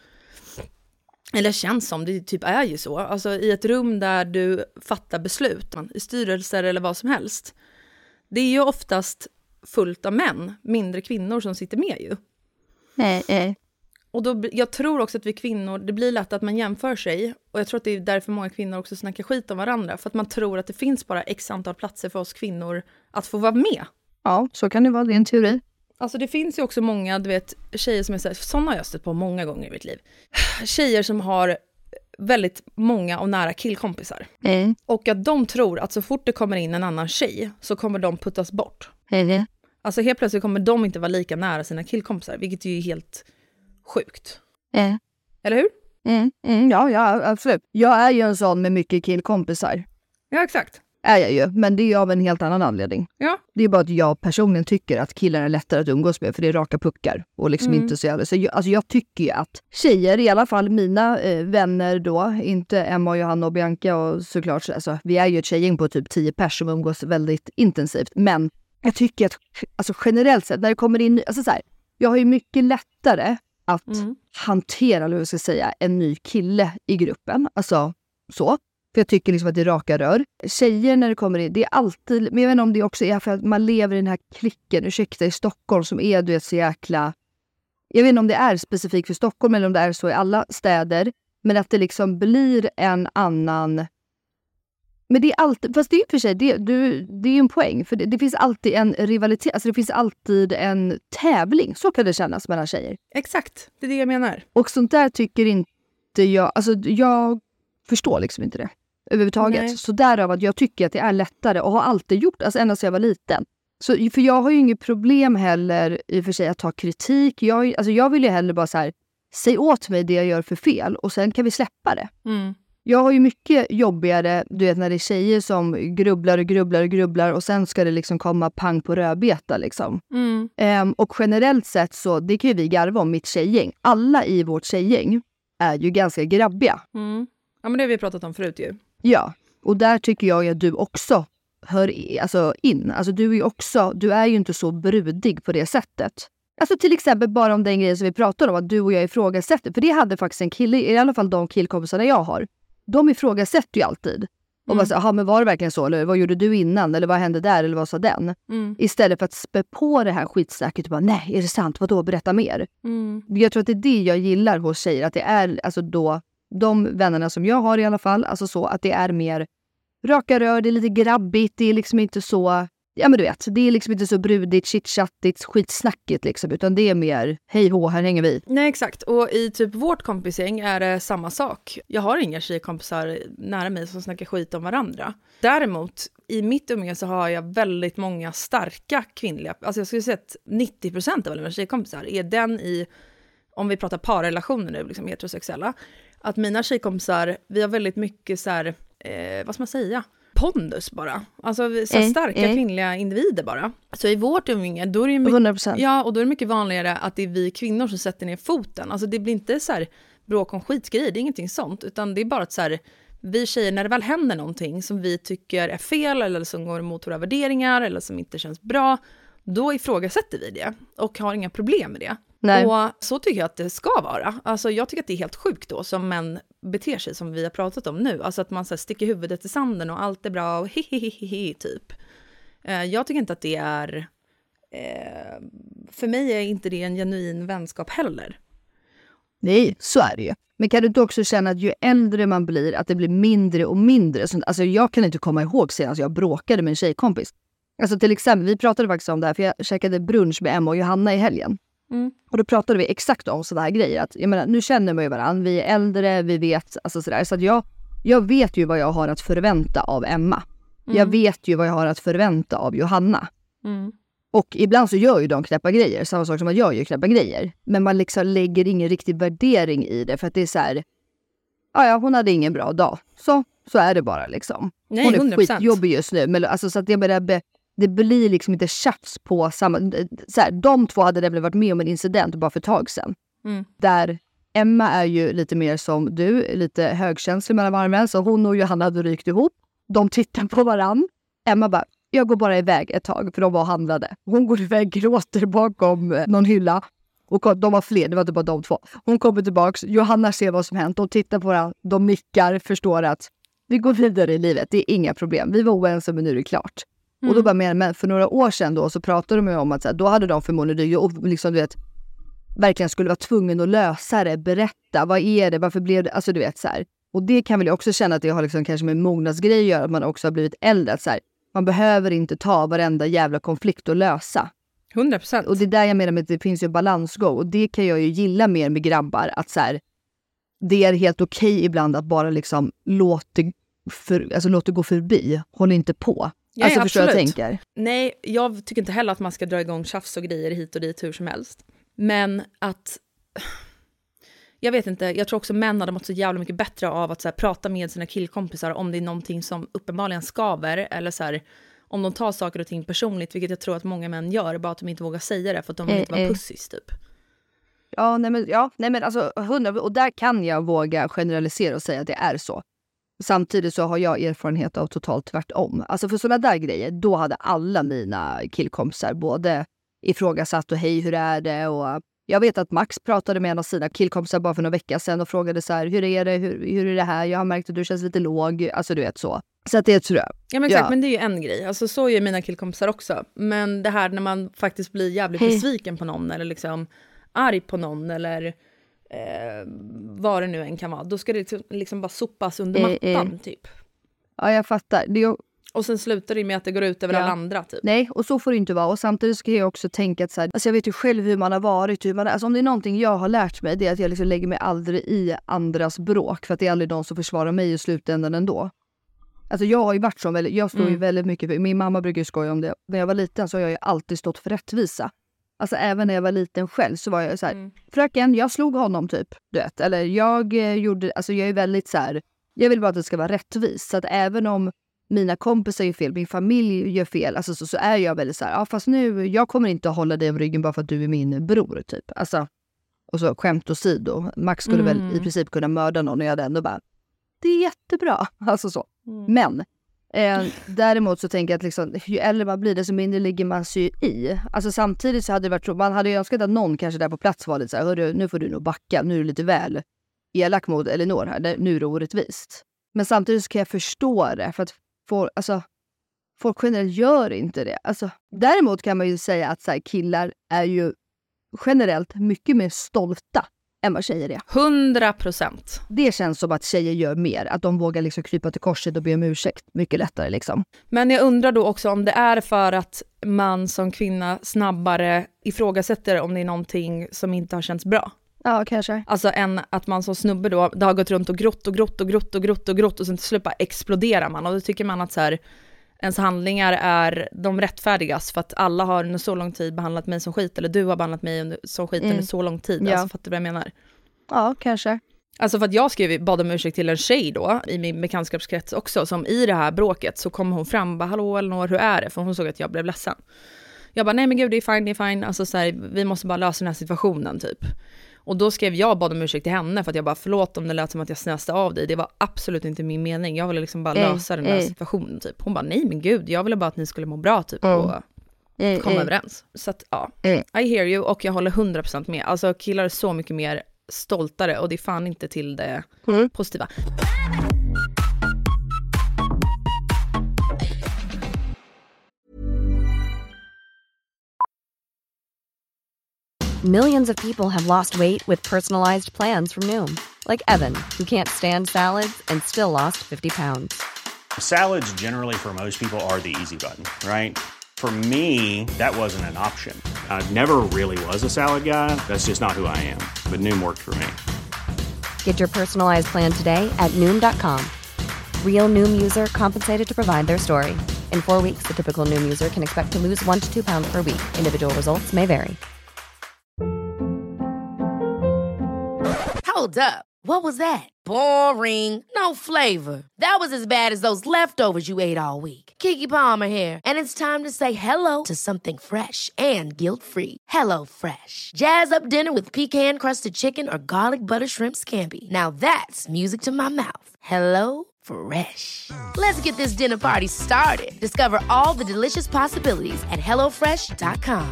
Eller känns som, det typ är ju så. Alltså i ett rum där du fattar beslut, i styrelser eller vad som helst. Det är ju oftast fullt av män, mindre kvinnor som sitter med ju. Nej, nej. Och då, jag tror också att vi kvinnor, det blir lätt att man jämför sig. Och jag tror att det är därför många kvinnor också snackar skit om varandra. För att man tror att det finns bara x antal platser för oss kvinnor att få vara med. Ja, så kan det vara, det är en teori. Alltså det finns ju också många, du vet, tjejer som är så här, sådana har jag stött på många gånger i mitt liv. Tjejer som har väldigt många och nära killkompisar. Mm. Och att de tror att så fort det kommer in en annan tjej så kommer de puttas bort. Mm. Alltså helt plötsligt kommer de inte vara lika nära sina killkompisar, vilket är ju helt sjukt. Mm. Eller hur? Mm. Mm, ja, ja, absolut. Jag är ju en sån med mycket killkompisar. Ja, exakt. Är jag ju, men det är ju av en helt annan anledning. Ja. Det är bara att jag personligen tycker att killar är lättare att umgås med, för det är raka puckar och liksom Mm. inte så jävla. Så jag, alltså jag tycker ju att tjejer, i alla fall mina eh, vänner då, inte Emma, Johanna och Bianca och såklart, alltså, vi är ju ett tjejgäng på typ tio pers som umgås väldigt intensivt, men jag tycker att alltså generellt sett när det kommer in, alltså så här, jag har ju mycket lättare att Mm. hantera, eller vad jag ska säga, en ny kille i gruppen, alltså så. För jag tycker liksom att det är raka rör. Tjejer när det kommer in, det är alltid, men jag vet inte om det också är för att man lever i den här klicken, ursäkta, i Stockholm som är, du vet, så jäkla. Jag vet inte om det är specifikt för Stockholm eller om det är så i alla städer. Men att det liksom blir en annan. Men det är alltid, fast det är för sig, det, du, det är ju en poäng. För det, det finns alltid en rivalitet, alltså det finns alltid en tävling. Så kan det kännas mellan tjejer. Exakt, det är det jag menar. Och sånt där tycker inte jag, alltså jag förstår liksom inte det. Överhuvudtaget. Nej. Så därav att jag tycker att det är lättare och har alltid gjort, alltså ända sedan jag var liten. Så, för jag har ju inget problem heller i och för sig att ta kritik. Jag, alltså jag vill ju hellre bara så här, säg åt mig det jag gör för fel och sen kan vi släppa det. Mm. Jag har ju mycket jobbigare, du vet, när det är tjejer som grubblar och grubblar och grubblar och sen ska det liksom komma pang på rödbeta liksom. Mm. Um, och generellt sett så, det kan ju vi garva om mitt tjejgäng. Alla i vårt tjejgäng är ju ganska grabbiga. Mm. Ja, men det har vi pratat om förut ju. Ja, och där tycker jag att du också hör i, alltså in. Alltså du är ju också, du är ju inte så brudig på det sättet. Alltså till exempel bara om den grejen som vi pratade om, att du och jag ifrågasätter. För det hade faktiskt en kille, i alla fall de killkompisarna jag har. De ifrågasätter ju alltid. Och mm. bara så, aha, men var det verkligen så? Eller vad gjorde du innan? Eller vad hände där? Eller vad sa den? Mm. Istället för att spä på det här skitsnacket och bara, nej, är det sant? Vadå? Berätta mer. Mm. Jag tror att det är det jag gillar hos tjejer. Att det är alltså då, de vännerna som jag har i alla fall, alltså så att det är mer raka rör, det är lite grabbigt, det är liksom inte så, ja men du vet, det är liksom inte så brudigt, chitchattigt, skitsnackigt liksom, utan det är mer, hej hå, här hänger vi. Nej exakt, och i typ vårt kompisgäng är det samma sak. Jag har inga tjejkompisar nära mig som snackar skit om varandra. Däremot, i mitt umgänge så har jag väldigt många starka kvinnliga, alltså jag skulle säga att nittio procent av alla mina tjejkompisar är den i, om vi pratar parrelationer nu, liksom heterosexuella, att mina tjejkompisar, vi har väldigt mycket så här, eh, vad ska man säga, pondus bara. Alltså så här, starka mm. kvinnliga individer bara. Så i vårt umgänge, då är det mycket, hundra procent. Ja, och då är det mycket vanligare att det är vi kvinnor som sätter ner foten. Alltså det blir inte så här bråk om skitgrejer, det är ingenting sånt, utan det är bara att så här, vi tjejer, när det väl händer någonting som vi tycker är fel eller som går emot våra värderingar eller som inte känns bra, då ifrågasätter vi det och har inga problem med det. Nej. Och så tycker jag att det ska vara. Alltså jag tycker att det är helt sjukt då som män beter sig som vi har pratat om nu. Alltså att man så här, sticker huvudet i sanden och allt är bra och hihihihi typ. Eh, jag tycker inte att det är... Eh, för mig är inte det en genuin vänskap heller. Nej, så är det ju. Men kan du inte också känna att ju äldre man blir, att det blir mindre och mindre? Alltså jag kan inte komma ihåg senast jag bråkade med en tjejkompis. Alltså till exempel, vi pratade faktiskt om det här, för jag käkade brunch med Emma och Johanna i helgen. Mm. Och då pratade vi exakt om sådana här grejer. Att, jag menar, nu känner man ju varandra, vi är äldre, vi vet, alltså sådär. Så att jag, jag vet ju vad jag har att förvänta av Emma. Mm. Jag vet ju vad jag har att förvänta av Johanna. Mm. Och ibland så gör ju de knäppa grejer, samma sak som man gör ju knäppa grejer. Men man liksom lägger ingen riktig värdering i det, för att det är så här, ja hon hade ingen bra dag. Så, så är det bara liksom. Nej, hon är hundra procent. skitjobbig just nu. Men alltså så att det börjar... Det blir liksom inte tjafs på samma... Så här, de två hade väl varit med om en incident bara för ett tag sedan. Mm. Där Emma är ju lite mer som du, lite högkänslig mellan varmen. Så hon och Johanna hade rykt ihop. De tittar på varann. Emma bara, jag går bara iväg ett tag för de var och handlade. Hon går iväg, gråter bakom någon hylla. Och de var fler, det var inte bara de två. Hon kommer tillbaks, Johanna ser vad som hänt. De tittar på varandra, de nickar, förstår att vi går vidare i livet. Det är inga problem. Vi var oense men nu är det klart. Mm. Och då bara med, men för några år sedan då så pratade de om att så här, då hade de förmodligen och liksom du vet verkligen skulle vara tvungen att lösa det, berätta, vad är det, varför blev det, alltså du vet så här. Och det kan väl jag också känna att det har liksom kanske med mognadsgrej att göra, att man också har blivit äldre, att så här, man behöver inte ta varenda jävla konflikt och lösa. hundra procent. Och det är där jag menar med att det finns ju balansgå, och det kan jag ju gilla mer med grabbar, att så här, det är helt okej ibland att bara liksom låta, för, alltså, låta gå förbi, håll inte på. Ja, alltså ja, förstår jag tänker. Nej, jag tycker inte heller att man ska dra igång tjafs och grejer hit och dit hur som helst. Men att... Jag vet inte, jag tror också män hade mått så jävla mycket bättre av att så här, prata med sina killkompisar om det är någonting som uppenbarligen skaver. Eller så här, om de tar saker och ting personligt, vilket jag tror att många män gör, bara att de inte vågar säga det för att de vill eh, inte vara eh. pussis typ. Ja, nej men, ja, nej men alltså hundra, och där kan jag våga generalisera och säga att det är så. Samtidigt så har jag erfarenhet av totalt tvärtom. Alltså för sådana där grejer, då hade alla mina killkompisar både ifrågasatt och hej, hur är det? Och jag vet att Max pratade med en av sina killkompisar bara för några veckor sedan och frågade så här, hur är det? Hur, hur är det här? Jag har märkt att du känns lite låg. Alltså du vet så. Så att det tror jag. Ja men exakt, ja. Men det är ju en grej. Alltså så är mina killkompisar också. Men det här när man faktiskt blir jävligt hey. besviken på någon eller liksom arg på någon eller... Eh, vad det nu än kan vara, då ska det liksom bara sopas under eh, mattan eh. typ. Ja, jag fattar. Det är... Och sen slutar det med att det går ut över ja. alla andra typ. Nej, och så får det inte vara. Och samtidigt ska jag också tänka att så här, alltså jag vet ju själv hur man har varit, hur man, alltså om det är någonting jag har lärt mig, det är att jag liksom lägger mig aldrig i andras bråk, för att det är aldrig de som försvarar mig i slutändan ändå. Alltså jag har ju varit som väldigt, jag står mm. ju väldigt mycket för, min mamma brukar ju skoja om det. När jag var liten så har jag ju alltid stått för rättvisa. Alltså även när jag var liten själv så var jag så här, mm. fröken, jag slog honom typ, du vet. Eller jag eh, gjorde, alltså jag är väldigt så här, jag vill bara att det ska vara rättvist. Så att även om mina kompisar gör fel, min familj gör fel, alltså så, så är jag väldigt så här, ja fast nu, jag kommer inte att hålla dig om ryggen bara för att du är min bror typ. Alltså, Och så skämt åsido. Max skulle mm. väl i princip kunna mörda någon och jag hade ändå bara, det är jättebra. Alltså så. Mm. Men eh, däremot så tänker jag att liksom, ju äldre man blir, desto mindre ligger man sig i. Alltså samtidigt så hade det varit så, man hade ju önskat att någon kanske där på plats var lite så här, hörru, nu får du nog backa, nu är du lite väl elak mot Elinor här, nu är det orättvist. Men samtidigt så kan jag förstå det, för att folk, alltså, folk generellt gör inte det. Alltså, däremot kan man ju säga att så här, killar är ju generellt mycket mer stolta än vad tjejer är. Hundra procent. Det känns som att tjejer gör mer. Att de vågar liksom krypa till korset och be om ursäkt mycket lättare liksom. Men jag undrar då också om det är för att man som kvinna snabbare ifrågasätter om det är någonting som inte har känts bra. Ja, kanske. Alltså än att man som snubbe då, det har gått runt och grott och grott och grott och grott och grott och sen till slut bara exploderar man. Och då tycker man att så här, ens handlingar är de rättfärdigas för att alla har under så lång tid behandlat mig som skit, eller du har behandlat mig under, som skit mm. under så lång tid. Ja. Alltså, fattar du vad jag menar? Ja, kanske. Alltså för att jag skrev, bad om ursäkt till en tjej då i min bekantskapskrets också, som i det här bråket så kom hon fram och bara, hallå Elinor, hur är det? För hon såg att jag blev ledsen. Jag bara, nej men gud, det är fine, det är fine. Alltså så här, vi måste bara lösa den här situationen typ. Och då skrev jag, bad om ursäkt till henne för att jag bara, förlåt om det lät som att jag snöste av dig. Det var absolut inte min mening. Jag ville liksom bara mm. lösa den här mm. situationen typ. Hon bara, nej men gud, jag ville bara att ni skulle må bra typ mm. och mm. komma mm. överens. Så att ja, mm. I hear you och jag håller hundra procent med. Alltså killar är så mycket mer stoltare och det är fan inte till det mm. positiva. Millions of people have lost weight with personalized plans from Noom. Like Evan, who can't stand salads and still lost fifty pounds. Salads generally for most people are the easy button, right? For me, that wasn't an option. I never really was a salad guy. That's just not who I am. But Noom worked for me. Get your personalized plan today at Noom dot com. Real Noom user compensated to provide their story. In four weeks, the typical Noom user can expect to lose one to two pounds per week. Individual results may vary. Hold up. What was that? Boring. No flavor. That was as bad as those leftovers you ate all week. Keke Palmer here, and it's time to say hello to something fresh and guilt-free. Hello Fresh. Jazz up dinner with pecan-crusted chicken or garlic butter shrimp scampi. Now that's music to my mouth. Hello Fresh. Let's get this dinner party started. Discover all the delicious possibilities at hello fresh dot com.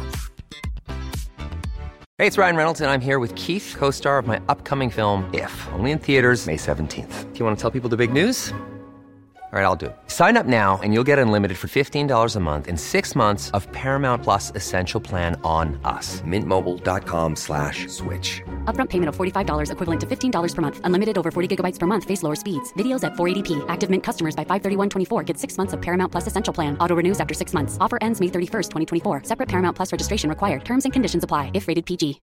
Hey, it's Ryan Reynolds, and I'm here with Keith, co-star of my upcoming film, If, only in theaters May seventeenth. Do you want to tell people the big news? All right, I'll do it. Sign up now and you'll get unlimited for fifteen dollars a month and six months of Paramount Plus Essential Plan on us. Mint Mobile dot com slash switch. Upfront payment of forty-five dollars equivalent to fifteen dollars per month. Unlimited over forty gigabytes per month. Face lower speeds. Videos at four eighty p. Active Mint customers by five thirty-one twenty-four get six months of Paramount Plus Essential Plan. Auto renews after six months. Offer ends May thirty-first, twenty twenty-four. Separate Paramount Plus registration required. Terms and conditions apply if rated P G.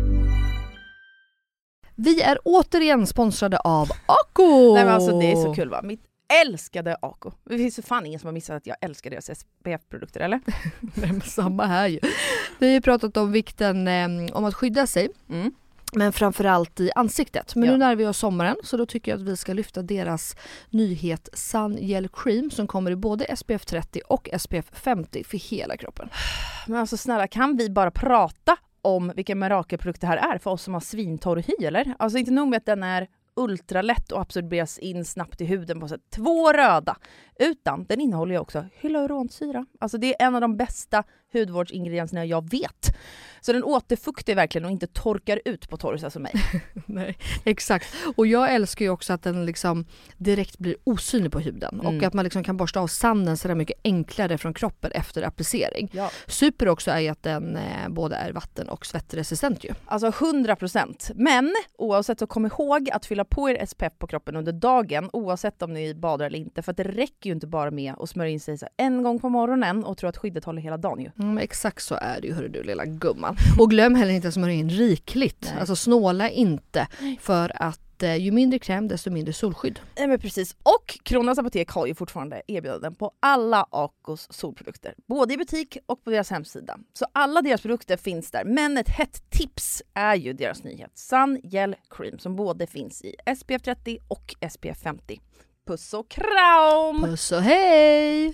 Vi är återigen sponsrade av Ako. Nej men alltså det är så kul va. Mitt älskade Ako. Det finns ju fan ingen som har missat att jag älskar deras S P F-produkter, eller? Nej men samma här ju. Vi har ju pratat om vikten eh, om att skydda sig. Mm. Men framförallt i ansiktet. Men ja. nu när vi har sommaren så då tycker jag att vi ska lyfta deras nyhet Sun Gel Cream som kommer i både S P F trettio och S P F femtio för hela kroppen. Men alltså snälla, kan vi bara prata om vilken mirakelprodukt det här är för oss som har svintorr hy, eller? Alltså inte nog med att den är ultralätt och absorberas in snabbt i huden på så två röda, utan den innehåller ju också hyaluronsyra. Alltså det är en av de bästa hudvårdsingredienserna jag vet. Så den återfuktar verkligen och inte torkar ut på torrsa som mig. Nej, exakt. Och jag älskar ju också att den liksom direkt blir osynlig på huden. Mm. Och att man liksom kan borsta av sanden så där mycket enklare från kroppen efter applicering. Ja. Super också är ju att den eh, både är vatten- och svettresistent ju. Alltså hundra procent. Men oavsett så kom ihåg att fylla på er S P F på kroppen under dagen, oavsett om ni badar eller inte. För att det räcker ju inte bara med att smörja in sig så en gång på morgonen och tro att skyddet håller hela dagen ju. Mm, exakt så är det ju, hörru du lilla gumman. Och glöm heller inte att smörja in rikligt. Nej. Alltså snåla inte. För att eh, ju mindre kräm desto mindre solskydd. Ja men precis. Och Kronans Apotek har ju fortfarande erbjudanden på alla Akos solprodukter. Både i butik och på deras hemsida. Så alla deras produkter finns där. Men ett hett tips är ju deras nyhet Sun Gel Cream som både finns i S P F trettio och S P F femtio. Puss och kram! Puss och hej!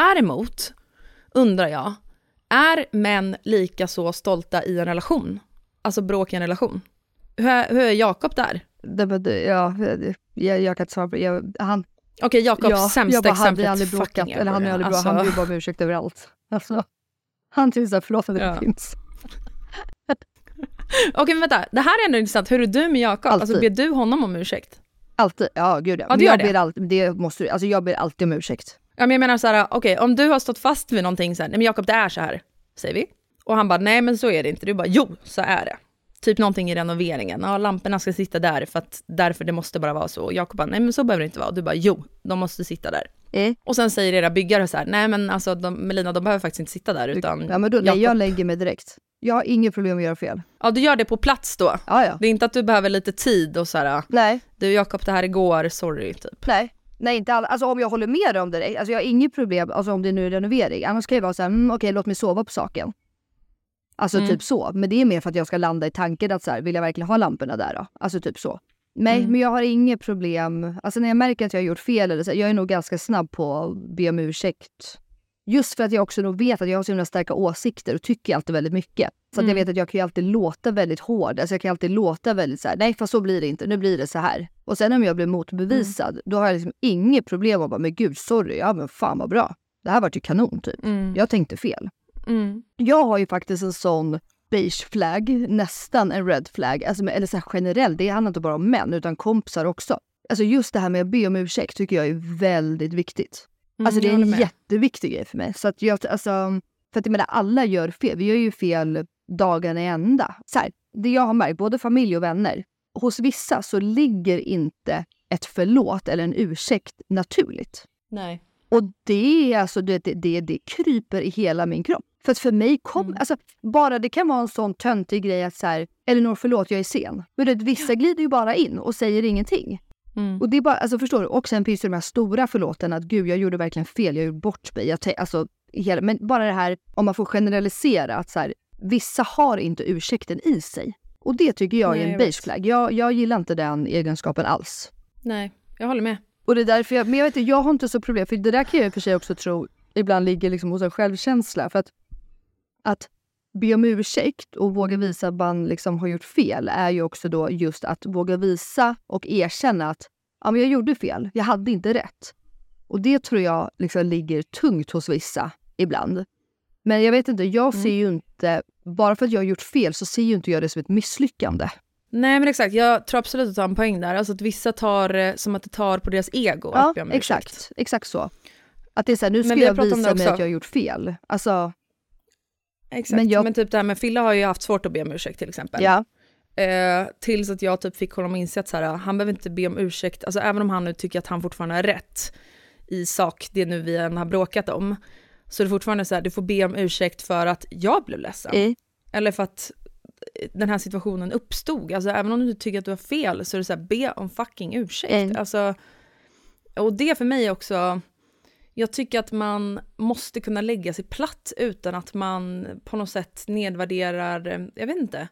Däremot undrar jag, är män lika så stolta i en relation alltså bråk i en relation. Hur, hur är Jakob där? Det, ja, jag, jag kan inte svara på jag, han. Okej, okay, Jakobs ja, sämsta jag bara, exempel. Han aldrig bråkat, eller han är aldrig alltså... bra. Han blir bara om ursäkt överallt. Alltså, han tycker såhär, förlåt att det ja. finns. Okej, okay, men vänta. Det här är ändå intressant. Hur är du med Jakob? Alltså, ber du honom om ursäkt? Alltid, ja gud ja. ja men jag, det. Ber alltid, det måste, alltså, jag ber alltid om ursäkt. Ja, men jag menar så här, okej, okay, om du har stått fast vid någonting så här, nej men Jakob, det är så här, säger vi. Och han bara, nej men så är det inte. Du bara, jo, så är det. Typ någonting i renoveringen. Ja, lamporna ska sitta där för att därför det måste bara vara så. Och Jakob bara, nej men så behöver det inte vara. Och du bara, jo, de måste sitta där. Mm. Och sen säger era byggare så här, nej men alltså de, Melina, de behöver faktiskt inte sitta där. Utan ja, men då, nej, jag lägger mig direkt. Jag har inget problem att göra fel. Ja, du gör det på plats då. Ja, ja. Det är inte att du behöver lite tid och så här. Nej. Du Jakob, det här igår, sorry typ. Nej. Nej, inte all... alltså om jag håller med dig om det. Alltså jag har inget problem, alltså om det nu är renovering. Annars kan jag vara så här, mm, okej, okay, låt mig sova på saken. Alltså mm. typ så. Men det är mer för att jag ska landa i tanken att så här, vill jag verkligen ha lamporna där då? Alltså typ så. Nej, mm. men jag har inget problem. Alltså när jag märker att jag har gjort fel eller så, jag är nog ganska snabb på att be om ursäkt. Just för att jag också nog vet att jag har så himla starka åsikter och tycker alltid väldigt mycket. Så att Mm. jag vet att jag kan ju alltid låta väldigt hård. Alltså jag kan alltid låta väldigt så här, nej fast så blir det inte, nu blir det så här. Och sen om jag blir motbevisad, mm. då har jag liksom inget problem att bara, men gud sorry, ja men fan vad bra. Det här var ju kanon typ. Mm. Jag tänkte fel. Mm. Jag har ju faktiskt en sån beige flag, nästan en red flag. Alltså, eller så här generellt, det handlar inte bara om män utan kompisar också. Alltså just det här med att be om ursäkt tycker jag är väldigt viktigt. Mm, alltså det är en med. jätteviktig grej för mig. Så att jag, alltså, för att jag menar, alla gör fel. Vi gör ju fel dagarna i ända. Så här, det jag har märkt, både familj och vänner. Hos vissa så ligger inte ett förlåt eller en ursäkt naturligt. Nej. Och det är alltså, det, det, det, det kryper i hela min kropp. För att för mig kom, mm. alltså bara det kan vara en sån töntig grej att så här, Elinor förlåt jag är sen. Men det, vissa glider ju bara in och säger ingenting. Mm. Och det är bara, alltså förstår du, och sen finns det de här stora förlåten att gud jag gjorde verkligen fel, jag gjorde bort mig. Jag te- alltså, hela, men bara det här, om man får generalisera att så här, vissa har inte ursäkten i sig. Och det tycker jag Nej, är en jag beige flag. Jag, jag gillar inte den egenskapen alls. Nej, jag håller med. Och det är därför jag, men jag vet inte, jag har inte så problem, för det där kan jag för sig också tro ibland ligger liksom hos en självkänsla. För att, att be om ursäkt och våga visa att man liksom har gjort fel är ju också då just att våga visa och erkänna att ja, men jag gjorde fel, jag hade inte rätt. Och det tror jag liksom ligger tungt hos vissa ibland. Men jag vet inte, jag ser ju inte, bara för att jag har gjort fel så ser ju inte jag det som ett misslyckande. Nej men exakt, jag tror absolut att du har en poäng där. Alltså att vissa tar som att det tar på deras ego. Ja, exakt. Exakt så. Att det är så här, nu ska jag visa mig att jag har gjort fel. Alltså... Exakt, men, jag... men typ det här med Filla har ju haft svårt att be om ursäkt till exempel. Ja. Eh, tills att jag typ fick honom att inse att så här, han behöver inte be om ursäkt. Alltså även om han nu tycker att han fortfarande är rätt i sak, det nu vi än har bråkat om. Så det är fortfarande så här, du får be om ursäkt för att jag blev ledsen. Mm. Eller för att den här situationen uppstod. Alltså även om du tycker att du har fel så är det så här, be om fucking ursäkt. Mm. Alltså, och det för mig också, jag tycker att man måste kunna lägga sig platt utan att man på något sätt nedvärderar, jag vet inte,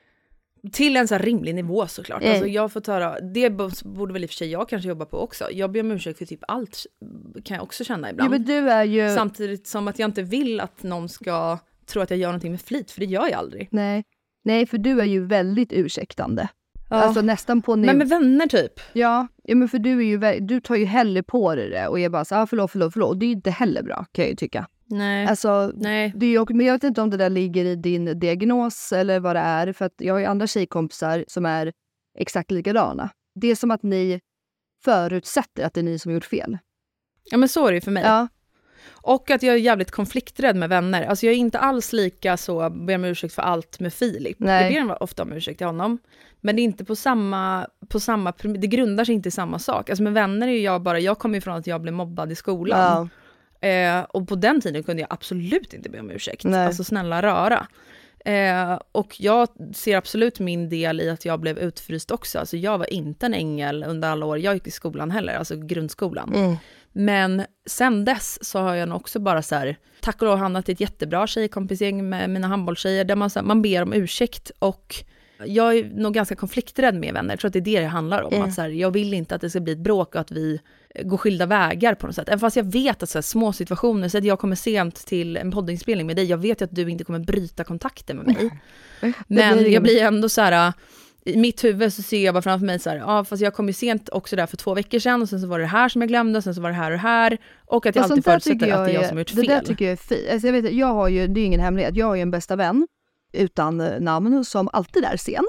till en så här rimlig nivå såklart. Mm. Alltså jag får höra, det borde väl i och för sig jag kanske jobba på också. Jag ber om ursäkt för typ allt, kan jag också känna ibland. Ja, men du är ju... Samtidigt som att jag inte vill att någon ska tro att jag gör någonting med flit, för det gör jag aldrig. Nej, Nej för du är ju väldigt ursäktande. Ja. Alltså nästan på... Men med vänner typ. Ja, ja men för du är ju, du tar ju hellre på dig det och är bara så ah, förlåt, förlåt, förlåt. Och det är ju inte heller bra, kan jag ju tycka. Nej. Alltså, Nej. Det är ju, men jag vet inte om det där ligger i din diagnos eller vad det är. För att jag har ju andra tjejkompisar som är exakt likadana. Det är som att ni förutsätter att det är ni som har gjort fel. Ja men så är det ju för mig. Ja. Och att jag är jävligt konflikträdd med vänner. Alltså jag är inte alls lika så, ber om ursäkt för allt med Filip. Nej. Jag ber ofta om ursäkt till honom. Men det är inte på samma, på samma, det grundar sig inte i samma sak. Alltså med vänner är jag bara, jag kommer ifrån att jag blev mobbad i skolan. Ja. Eh, och på den tiden kunde jag absolut inte be om ursäkt. Nej. Alltså snälla röra. Eh, och jag ser absolut min del i att jag blev utfryst också. Alltså jag var inte en ängel under alla år. Jag gick i skolan heller, alltså grundskolan. Mm. Men sen dess så har jag nog också bara så här, tack och lov hamnat i ett jättebra tjejkompisgäng med mina handbollstjejer där man, så här, man ber om ursäkt. Och jag är nog ganska konflikträdd med vänner. Jag tror att det är det det handlar om. Mm. Att så här, jag vill inte att det ska bli ett bråk och att vi gå skilda vägar på något sätt. Även fast jag vet att så här, små situationer, så att jag kommer sent till en poddinspelning med dig, jag vet ju att du inte kommer bryta kontakten med mig. Men jag blir ändå så här, i mitt huvud så ser jag bara framför mig så här, ja fast jag kom ju sent också där för två veckor sedan och sen så var det här som jag glömde och sen så var det här och det här och att jag alltid förutsätter att det är jag som har gjort fel. Det där tycker jag är fint. Alltså jag vet, jag har ju, det är ingen hemlighet, jag har ju en bästa vän utan namn som alltid är sen.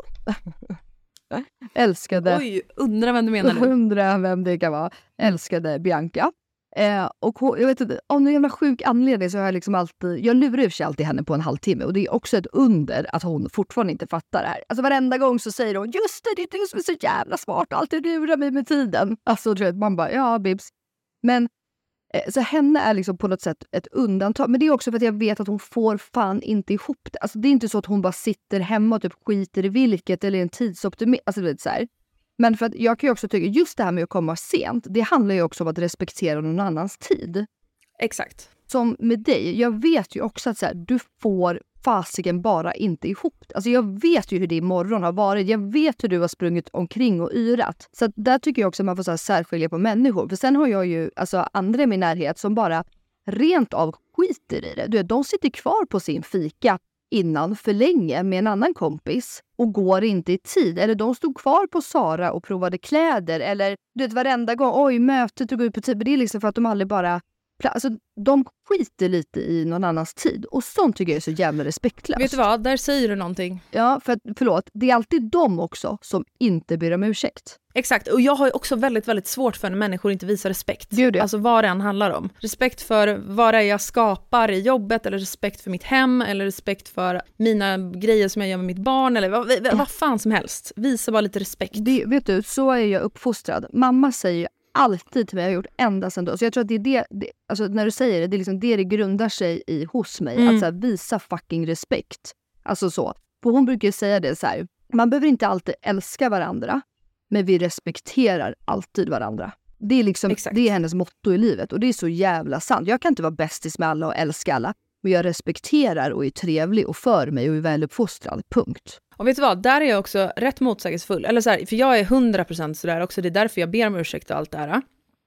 Älskade. Oj, undrar vem du menar nu. Undrar vem det kan vara. Älskade Bianca. Eh, och hon, jag vet inte, av någon jävla sjuk anledning så har jag liksom alltid, jag lurar ju sig alltid henne på en halvtimme och det är också ett under att hon fortfarande inte fattar det här. Alltså varenda gång så säger hon, just det, det är du som är så jävla smart och alltid lurar mig med tiden. Alltså du vet, man bara, ja bibs. Men eh, så henne är liksom på något sätt ett undantag. Men det är också för att jag vet att hon får fan inte ihop det. Alltså det är inte så att hon bara sitter hemma och typ skiter i vilket eller en tidsoptimism. Alltså du vet så här. Men för att jag kan ju också tycka, just det här med att komma sent, det handlar ju också om att respektera någon annans tid. Exakt. Som med dig, jag vet ju också att så här, du får fasiken bara inte ihop. Alltså jag vet ju hur det imorgon har varit. Jag vet hur du har sprungit omkring och yrat. Så att där tycker jag också att man får så här särskilja på människor. För sen har jag ju alltså andra i min närhet som bara rent av skiter i det. Du vet, de sitter kvar på sin fika innan för länge med en annan kompis och går inte i tid. Eller de stod kvar på Sara och provade kläder. Eller du vet, varenda gång, oj, mötet tog ut på tid. Men det är liksom för att de aldrig bara... Alltså, de skiter lite i någon annans tid. Och sånt tycker jag är så jävla respektlöst. Vet du vad? Där säger du någonting. Ja, för att, förlåt. Det är alltid de också som inte ber om ursäkt. Exakt. Och jag har ju också väldigt, väldigt svårt för när människor inte visar respekt. Gud, ja. Alltså vad det än handlar om. Respekt för vad det är jag skapar i jobbet. Eller respekt för mitt hem. Eller respekt för mina grejer som jag gör med mitt barn. Eller vad, vad, vad fan som helst. Visa bara lite respekt. Det, vet du, så är jag uppfostrad. Mamma säger alltid till mig, jag har gjort ända sedan då. Så jag tror att det är det, det alltså när du säger det, det är liksom det det grundar sig i hos mig. Mm. Att så här, visa fucking respekt. Alltså så. För hon brukar säga det så här, man behöver inte alltid älska varandra, men vi respekterar alltid varandra. Det är liksom, det är hennes motto i livet. Och det är så jävla sant. Jag kan inte vara bästis med alla och älska alla. Men jag respekterar och är trevlig och för mig och är väl uppfostrad. Punkt. Och vet du vad, där är jag också rätt motsägelsefull. Eller så här, för jag är hundra procent sådär också. Det är därför jag ber om ursäkt och allt det här.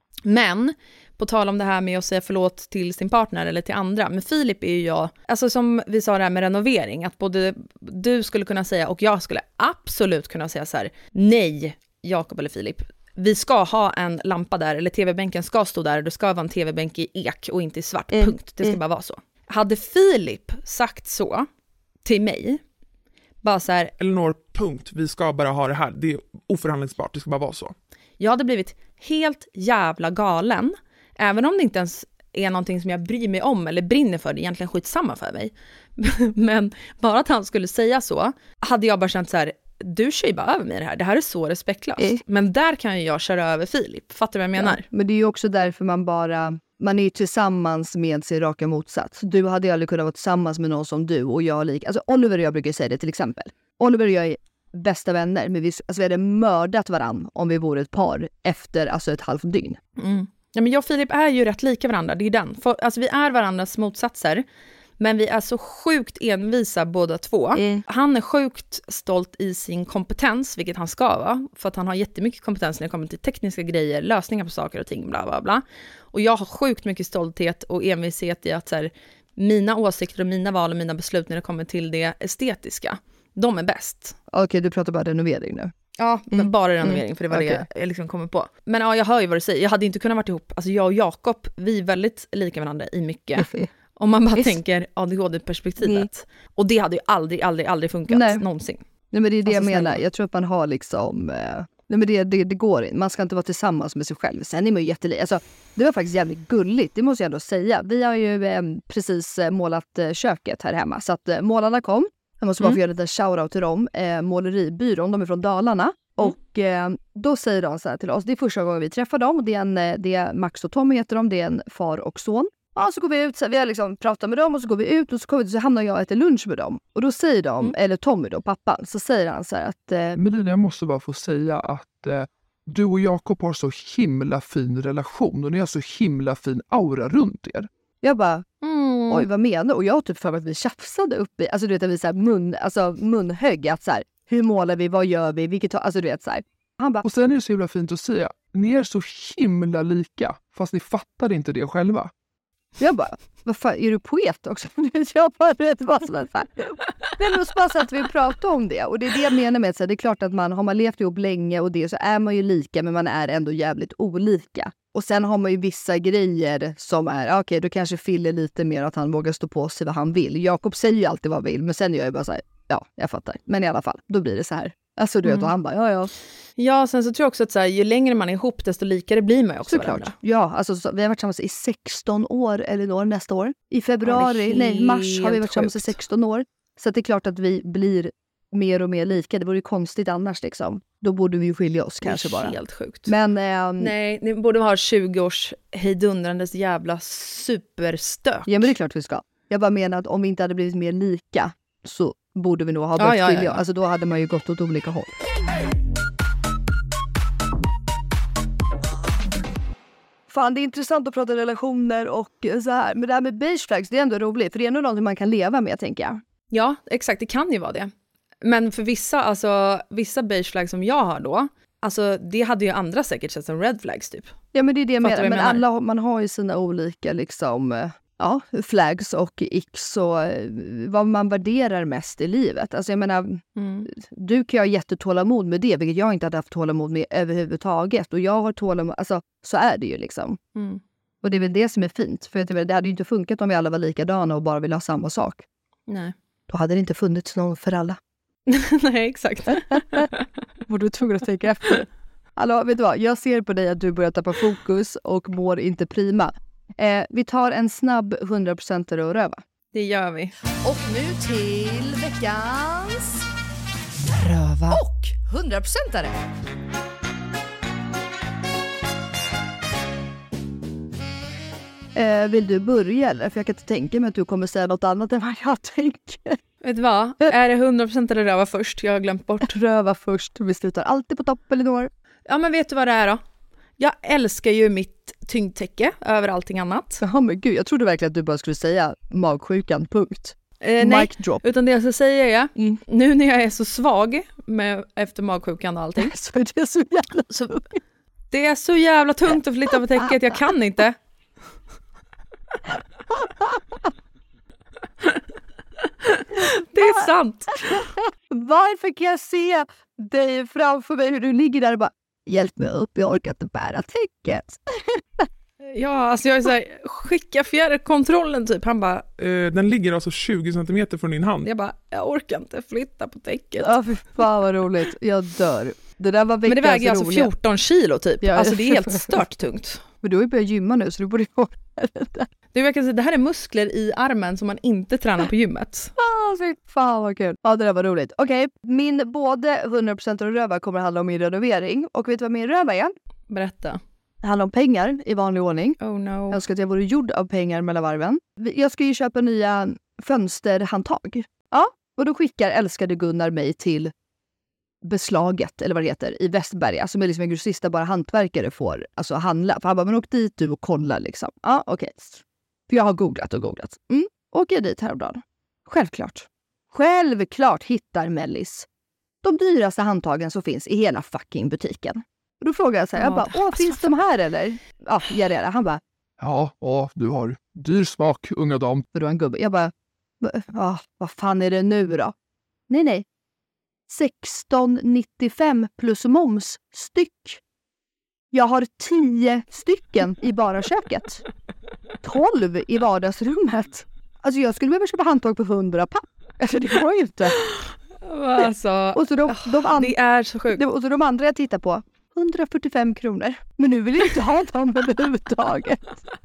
Men, på tal om det här med att säga förlåt till sin partner eller till andra. Men Filip är ju jag, alltså som vi sa det här med renovering. Att både du skulle kunna säga och jag skulle absolut kunna säga så här: nej, Jakob eller Filip. Vi ska ha en lampa där, eller tv-bänken ska stå där. Det ska vara en tv-bänk i ek och inte i svart, mm. punkt. Det ska mm. bara vara så. Hade Filip sagt så till mig, bara så här, Elinor, punkt. Vi ska bara ha det här. Det är oförhandlingsbart. Det ska bara vara så. Jag hade blivit helt jävla galen. Även om det inte ens är någonting som jag bryr mig om eller brinner för. Det är egentligen skitsamma för mig. Men bara att han skulle säga så, hade jag bara känt så här: du kör ju bara över mig det här. Det här är så respektlöst. Mm. Men där kan ju jag köra över Filip. Fattar du vad jag menar? Ja, men det är ju också därför man bara... Man är ju tillsammans med sin raka motsats. Du hade ju aldrig kunnat vara tillsammans med någon som du och jag lik. Alltså Oliver och jag brukar säga det till exempel. Oliver och jag är bästa vänner. Men vi, alltså, vi hade mördat varann om vi vore ett par efter alltså ett halvt dygn. Mm. Ja, men jag och Filip är ju rätt lika varandra. Det är den. För, alltså vi är varandras motsatser. Men vi är så sjukt envisa båda två. Mm. Han är sjukt stolt i sin kompetens, vilket han ska vara. För att han har jättemycket kompetens när det kommer till tekniska grejer, lösningar på saker och ting, bla bla bla. Och jag har sjukt mycket stolthet och envishet i att så här, mina åsikter och mina val och mina beslut när det kommer till det estetiska, de är bäst. Okej, okay, du pratar bara renovering nu. Ja, mm. bara renovering, mm. för det var okay. det jag liksom kommer på. Men ja, jag hör ju vad du säger. Jag hade inte kunnat vara ihop. Alltså jag och Jakob, vi är väldigt lika varandra i mycket. Om man bara yes. tänker A D H D-perspektivet. Mm. Och det hade ju aldrig, aldrig, aldrig funkat. Nej. Någonsin. Nej, men det är det alltså, jag menar. Jag tror att man har liksom... Eh... Nej, men det, det, det går inte. Man ska inte vara tillsammans med sig själv. Sen är man ju jättelik. Alltså, det var faktiskt jävligt gulligt. Det måste jag ändå säga. Vi har ju eh, precis målat eh, köket här hemma. Så att eh, målarna kom. Jag måste bara mm. få göra lite shoutout till dem. Eh, måleribyrån. De är från Dalarna. Mm. Och eh, då säger de så här till oss. Det är första gången vi träffar dem. Det är, en, det är Max och Tom heter de. Det är en far och son. Ja, så går vi ut, så vi har liksom pratat med dem och så går vi ut och så, kommer vi, så hamnar jag och äter lunch med dem. Och då säger de, mm. eller Tommy då, pappan, så säger han så här att... Eh, Melina, jag måste bara få säga att eh, du och Jakob har så himla fin relation och ni har så himla fin aura runt er. Jag bara, mm. oj vad menar du? Och jag typ för att vi tjafsade upp i, alltså du vet att vi så här mun, alltså munhögg, att så här, hur målar vi, vad gör vi, vilket, alltså du vet så här. Han bara, och sen är det så himla fint att säga, ni är så himla lika, fast ni fattar inte det själva. Jag bara, vad fan, är du poet också? Jag bara vet vad som är så här. Det är nog bara att vi pratar om det. Och det är det jag menar med att det är klart att man har man levt ihop länge och det så är man ju lika, men man är ändå jävligt olika. Och sen har man ju vissa grejer som är, okej, okay, då kanske Phil är lite mer att han vågar stå på sig vad han vill. Jakob säger ju alltid vad han vill, men sen gör jag bara så här, ja, jag fattar. Men i alla fall, då blir det så här. Alltså du vet, Mm. och han bara, ja ja. Ja, sen så tror jag också att så här, ju längre man är ihop, desto likare blir man ju också. Såklart. Ja, alltså så, vi har varit tillsammans i sexton år, eller år nästa år. I februari, Ja, nej mars har vi varit helt tillsammans i sjukt. sexton år. Så att det är klart att vi blir mer och mer lika. Det vore ju konstigt annars liksom. Då borde vi ju skilja oss kanske bara. Helt sjukt. Men ehm, Nej, ni borde ha tjugo års hejdundrandes jävla superstök. ja, men det är klart vi ska. Jag bara menar att om vi inte hade blivit mer lika så borde vi nog ha Ja, börjat ja, ja, skilja. ja. Alltså då hade man ju gått åt olika håll. Fan, det är intressant att prata relationer och så här. Men det här med beige flags, det är ändå roligt. För det är ändå något man kan leva med, tänker jag. Ja, exakt. Det kan ju vara det. Men för vissa, alltså vissa beige flags som jag har då, alltså det hade ju andra säkert sett som red flags typ. Ja, men det är det jag Fattar menar. vad Men jag menar? alla, man har ju sina olika liksom, eh, ja, flags och x och eh, vad man värderar mest i livet. Alltså jag menar, Mm. du kan ju ha jättetålamod med det, vilket jag inte hade haft tålamod med överhuvudtaget. Och jag har tålamod, alltså så är det ju liksom. Mm. Och det är väl det som är fint. För jag menar, det hade ju inte funkat om vi alla var likadana och bara ville ha samma sak. Nej. Då hade det inte funnits någon för alla. Nej, exakt. Och du är tvungen att tänka efter. Hallå, vet du vad? Jag ser på dig att du börjar tappa fokus och mår inte prima. Eh, vi tar en snabb hundra procent och röva. Det gör vi. Och nu till veckans röva och hundra procentare. Eh, vill du börja eller? För jag kan inte tänka mig att du kommer säga något annat än vad jag tänker. Vet du vad? Är det hundra procent eller röva först? Jag har glömt bort. Röva först. Vi slutar alltid på topp, Elinor. Ja, men vet du vad det är då? Jag älskar ju mitt tyngdtäcke över allting annat. Jaha, men gud. Jag trodde verkligen att du bara skulle säga magsjukan, punkt. Eh, nej, Mic drop. utan det jag ska säga är, Mm. nu när jag är så svag med, efter magsjukan och allting, Så är det så jävla så det är så jävla tungt att flytta på täcket, jag kan inte. Det är sant. Varför kan jag se dig framför mig hur du ligger där och bara hjälp mig upp, jag orkar inte bära täcket. Ja, alltså jag är så här, skicka fjärrkontrollen typ. Han bara, Eh, den ligger alltså tjugo centimeter från din hand. jag bara, jag orkar inte flytta på täcket. Ja, för fan vad roligt. Jag dör. Det där var veckans Men det väger alltså roliga. fjorton kilo typ. Ja, Alltså det är jag- helt stört tungt. Men du har ju börjat gymma nu så du borde få det där. Du verkar säga, det här är muskler i armen som man inte tränar på gymmet. Ah, fy fan vad kul. Ja, det där var roligt. Okej, min både hundra procent och röva kommer att handla om min renovering. Och vet du vad min röva är? Berätta. Det handlar om pengar i vanlig ordning. Oh no. Jag önskar att jag vore gjord av pengar mellan varven. Jag ska ju köpa nya fönsterhandtag. Ja, och då skickar älskade Gunnar mig till Beslaget, eller vad det heter, i Västberga, som är liksom en grossist där bara hantverkare får alltså handla. För han bara, men åk dit du och kolla liksom. Ja, okej. För jag har googlat och googlat. Mm, åker jag dit häromdagen. Självklart. Självklart hittar Mellis de dyraste handtagen som finns i hela fucking butiken. Och då frågar jag så här, jag Ja, bara, åh, alltså, finns de här eller? Ja, jag är det. Han bara, Ja, ja, du har dyr smak, unga dam. för då en gubbe. Jag bara, ja, vad fan är det nu då? Nej, nej. sexton nittiofem plus moms styck. Jag har tio stycken i bara köket. tolv i vardagsrummet. Alltså jag skulle behöva köpa handtag på hundra papp. Alltså det går ju inte. Alltså, Och så de, de, and- det är så sjukt. det- och så de andra jag tittar på, hundrafyrtiofem kronor. Men nu vill jag inte ha dem överhuvudtaget.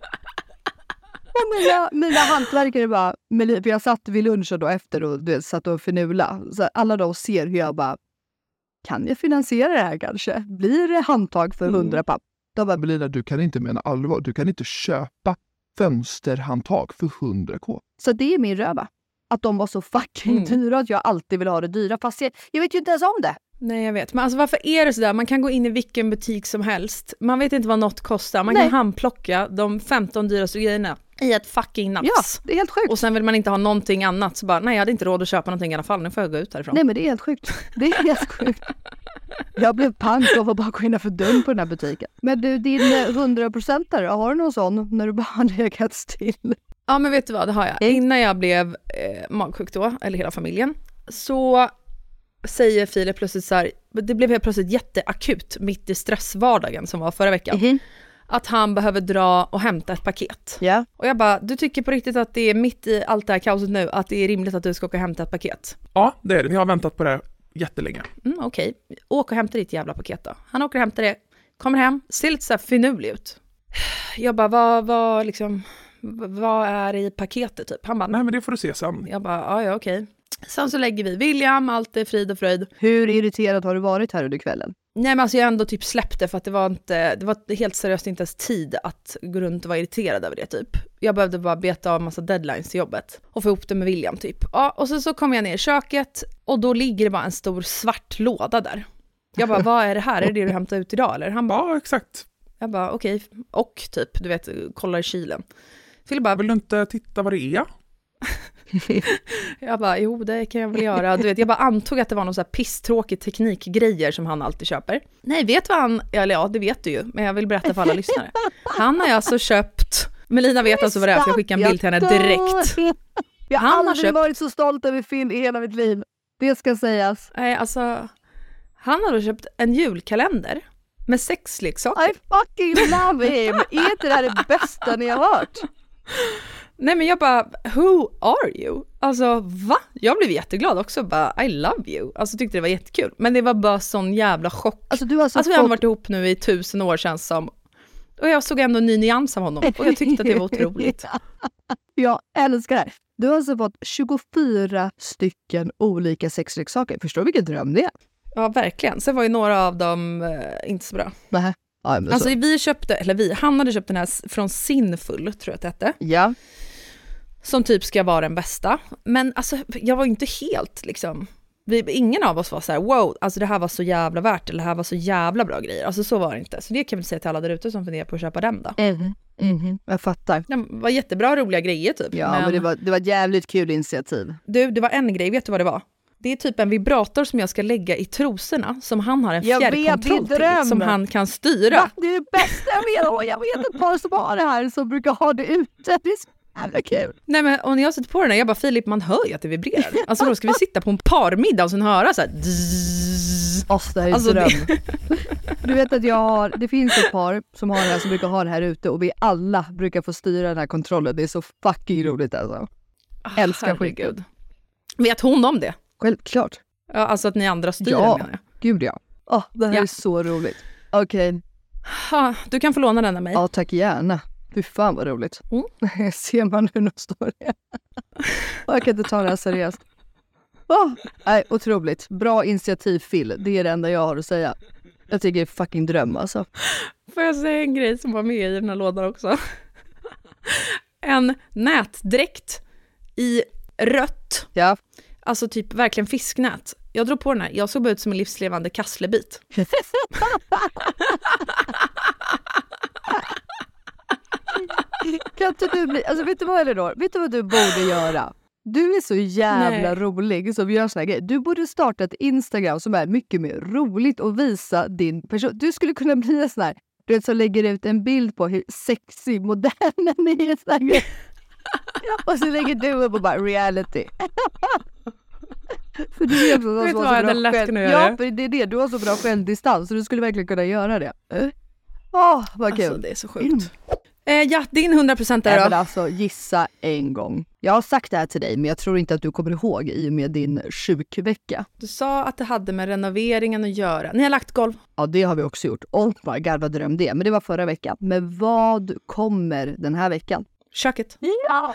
Och mina, mina hantverkare bara, med, för jag satt vid lunchen då efter och du vet, satt och förnula. Så alla de ser hur jag bara, kan jag finansiera det här kanske? Blir det handtag för hundra papp? De bara, Melina, du kan inte mena allvar. Du kan inte köpa fönsterhandtag för hundra kronor. så det är min röva. Att de var så fucking Mm. dyra att jag alltid vill ha det dyra. Fast jag, jag vet ju inte ens om det. Nej, jag vet. Men alltså varför är det sådär? Man kan gå in i vilken butik som helst. Man vet inte vad något kostar. Man Nej. kan handplocka de femton dyraste grejerna i ett fucking nafs. Ja, det är helt sjukt. Och sen vill man inte ha någonting annat. Så bara, nej jag hade inte råd att köpa någonting i alla fall. Nu får jag gå ut härifrån. Nej men det är helt sjukt. Det är helt sjukt. Jag blev pank av att bara gå innanför dörren på den här butiken. Men du, din hundra procentare, har du någon sån när du bara har legat still? Ja, men vet du vad, det har jag. Mm. Innan jag blev eh, magsjuk då, eller hela familjen, så säger Filip plötsligt så här, det blev helt plötsligt jätteakut mitt i stressvardagen som var förra veckan. Mm. Att han behöver dra och hämta ett paket. Yeah. Och jag bara, du tycker på riktigt att det är mitt i allt det här kaoset nu, att det är rimligt att du ska åka och hämta ett paket? Ja, det är det. Vi har väntat på det jättelänge. Mm, Okej, okay. Åk och hämta ditt jävla paket då. Han åker och hämtar det, kommer hem, ser lite så här finurlig ut. Jag bara, vad, vad liksom, vad är i paketet typ? Han bara, nej men det får du se sen. Jag bara, ja ja okej. Okay. Sen så lägger vi William, allt är frid och fröjd. Hur irriterad har du varit här under kvällen? Nej men alltså jag ändå typ släppte för att det var inte, det var helt seriöst inte ens tid att gå runt och vara irriterad över det typ. Jag behövde bara beta av massa deadlines i jobbet och få ihop det med William typ. Ja, och så, så kom jag ner i köket och då ligger det bara en stor svart låda där. Jag bara, vad är det här? Är det det du hämtar ut idag eller? Han bara, ja exakt. Jag bara, okej. Okay. Och typ, du vet, kollar i kylen. Vill, bara, vill du inte titta vad det är? Jag bara, jo det kan jag väl göra. Du vet, jag bara antog att det var någon så här pisstråkig teknikgrejer som han alltid köper. Nej, vet vad han, eller ja det vet du ju, men jag vill berätta för alla lyssnare. Han har alltså köpt, Melina vet alltså vad det är för jag skickar en bild till henne direkt. Jag har han aldrig har köpt, varit så stolt över Phil i hela mitt liv. Det ska sägas. Nej, alltså han har då köpt en julkalender med sexleksaker. I fucking love him. Är inte det här det bästa ni har hört? Nej men jag bara, who are you? Alltså va? Jag blev jätteglad också, bara I love you. Alltså tyckte det var jättekul. Men det var bara sån jävla chock. Alltså, du har alltså, alltså vi fått... har varit ihop nu i tusen år känns som. Och jag såg ändå en ny nyans av honom. Och jag tyckte att det var otroligt. Jag älskar det här. Du har alltså fått tjugofyra stycken olika sexleksaker. Förstår du vilken dröm det är? Ja verkligen. Sen var ju några av dem eh, inte så bra. Nähä. Ja, alltså vi köpte, eller vi, han hade köpt den här från Sinful tror jag att det hette. Ja. Som typ ska vara den bästa. Men alltså jag var inte helt liksom, vi, ingen av oss var så här, wow, alltså det här var så jävla värt eller det här var så jävla bra grejer. Alltså så var det inte. Så det kan vi säga till alla där ute som funderar på att köpa den då. Mm. Mm-hmm. Jag fattar. Det var jättebra roliga grejer typ. Ja men, men det, var, det var ett jävligt kul initiativ. Du, det var en grej, vet du vad det var? Det är typ en vibrator som jag ska lägga i trosorna som han har en fjärrkontroll till som han kan styra. Va? Det är det bästa jag vet. Jag vet ett par som har det här som brukar ha det ute. Det är så jävla kul. Nej men och när jag sitter på den här, jag bara Filip, man hör ju att det vibrerar. Alltså då ska vi sitta på en parmiddag och sen höra så här. Oss där alltså, dröm. Det... Du vet att jag har, det finns ett par som har det här som brukar ha det här ute och vi alla brukar få styra den här kontrollen. Det är så fucking roligt alltså. Oh, älskar skitgud. Vet hon om det? Självklart. Ja, alltså att ni andra styr ja, menar jag. Gud ja. Oh, det här ja. är så roligt. Okej. Okay. Ha, du kan få låna den av mig. Ja, tack gärna. Fy fan vad roligt. Mm. Ser man hur de står det. Jag kan inte ta det här seriöst. Oh, nej, otroligt. Bra initiativ, Phil. Det är det enda jag har att säga. Jag tycker det är fucking dröm alltså. Får jag säga en grej som var med i den här lådan också? En nätdräkt i rött. Ja. Alltså typ verkligen fisknät. Jag drog på den här. Jag såg ut som en livslevande kasslebit. Kan inte du bli... Alltså vet du vad är då? Vet du vad du borde göra? Du är så jävla Nej. rolig som gör såna här grejer. Du borde starta ett Instagram som är mycket mer roligt och visa din person. Du skulle kunna bli en sån här, du vet, som lägger ut en bild på hur sexy modernen är. Så här. Och så lägger du upp och bara reality. För du är så, vet så, vad så jag bra lätt själv... kunna göra. Ja, för det är det. Du har så bra självdistans så du skulle verkligen kunna göra det. Åh, oh, vad kul. Alltså, det är så sjukt. Mm. Eh, ja, din hundra procent är då. Jag vill alltså gissa en gång. Jag har sagt det här till dig, men jag tror inte att du kommer ihåg i och med din sjukvecka. Du sa att det hade med renoveringen att göra. Ni har lagt golv. Ja, det har vi också gjort. Oh my god, vad dröm det. Men det var förra veckan. Men vad kommer den här veckan? Köket. Ja!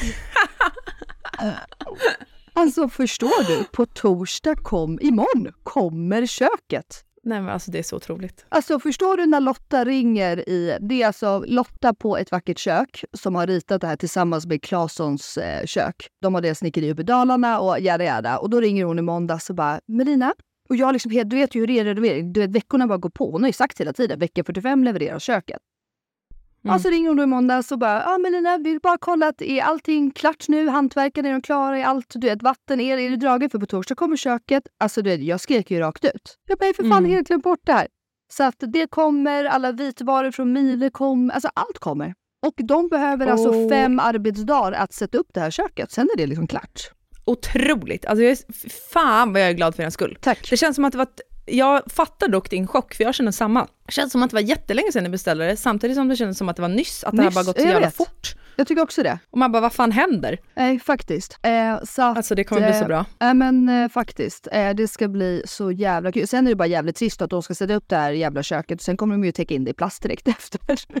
Alltså, förstår du? På torsdag kom, imorgon kommer köket. Nej men alltså det är så otroligt. Alltså förstår du när Lotta ringer i, det är alltså Lotta på Ett vackert kök som har ritat det här tillsammans med Claessons eh, kök. De har det snickeri upp i Dalarna och jada jada. Och då ringer hon i måndags och bara, Melina, och jag liksom helt, du vet ju hur det är renovering. Du vet, veckorna bara går på. Hon har ju sagt hela tiden, vecka fyrtiofem levererar köket. Mm. Och så ringer hon då i måndags och bara, ja men Lina, vi vill bara kolla att är allting klart nu, hantverkarna är de klara, är allt, du vet, vatten, är, är det draget för på torsdag kommer köket. Alltså du vet, jag skrek ju rakt ut. Jag bara, för fan, mm. helt glömt bort det här. Så att det kommer, alla vitvaror från Miele kommer, alltså allt kommer. Och de behöver oh. alltså fem arbetsdagar att sätta upp det här köket, sen är det liksom klart. Otroligt, alltså jag är, fan vad jag är glad för din skull. Tack. Det känns som att det var ett, jag fattar dock din chock, för jag känner samma. Det känns som att det var jättelänge sedan ni beställde det, samtidigt som det kändes som att det var nyss, att nyss, det här bara gått så jävla vet. fort. Jag tycker också det. Och man bara, vad fan händer? Nej, faktiskt. Eh, så att, alltså det kommer bli så bra. Ja, eh, men eh, faktiskt. Eh, det ska bli så jävla kul. Sen är det bara jävligt trist att de ska sätta upp det här jävla köket. Sen kommer de ju täcka in det i plast direkt efter.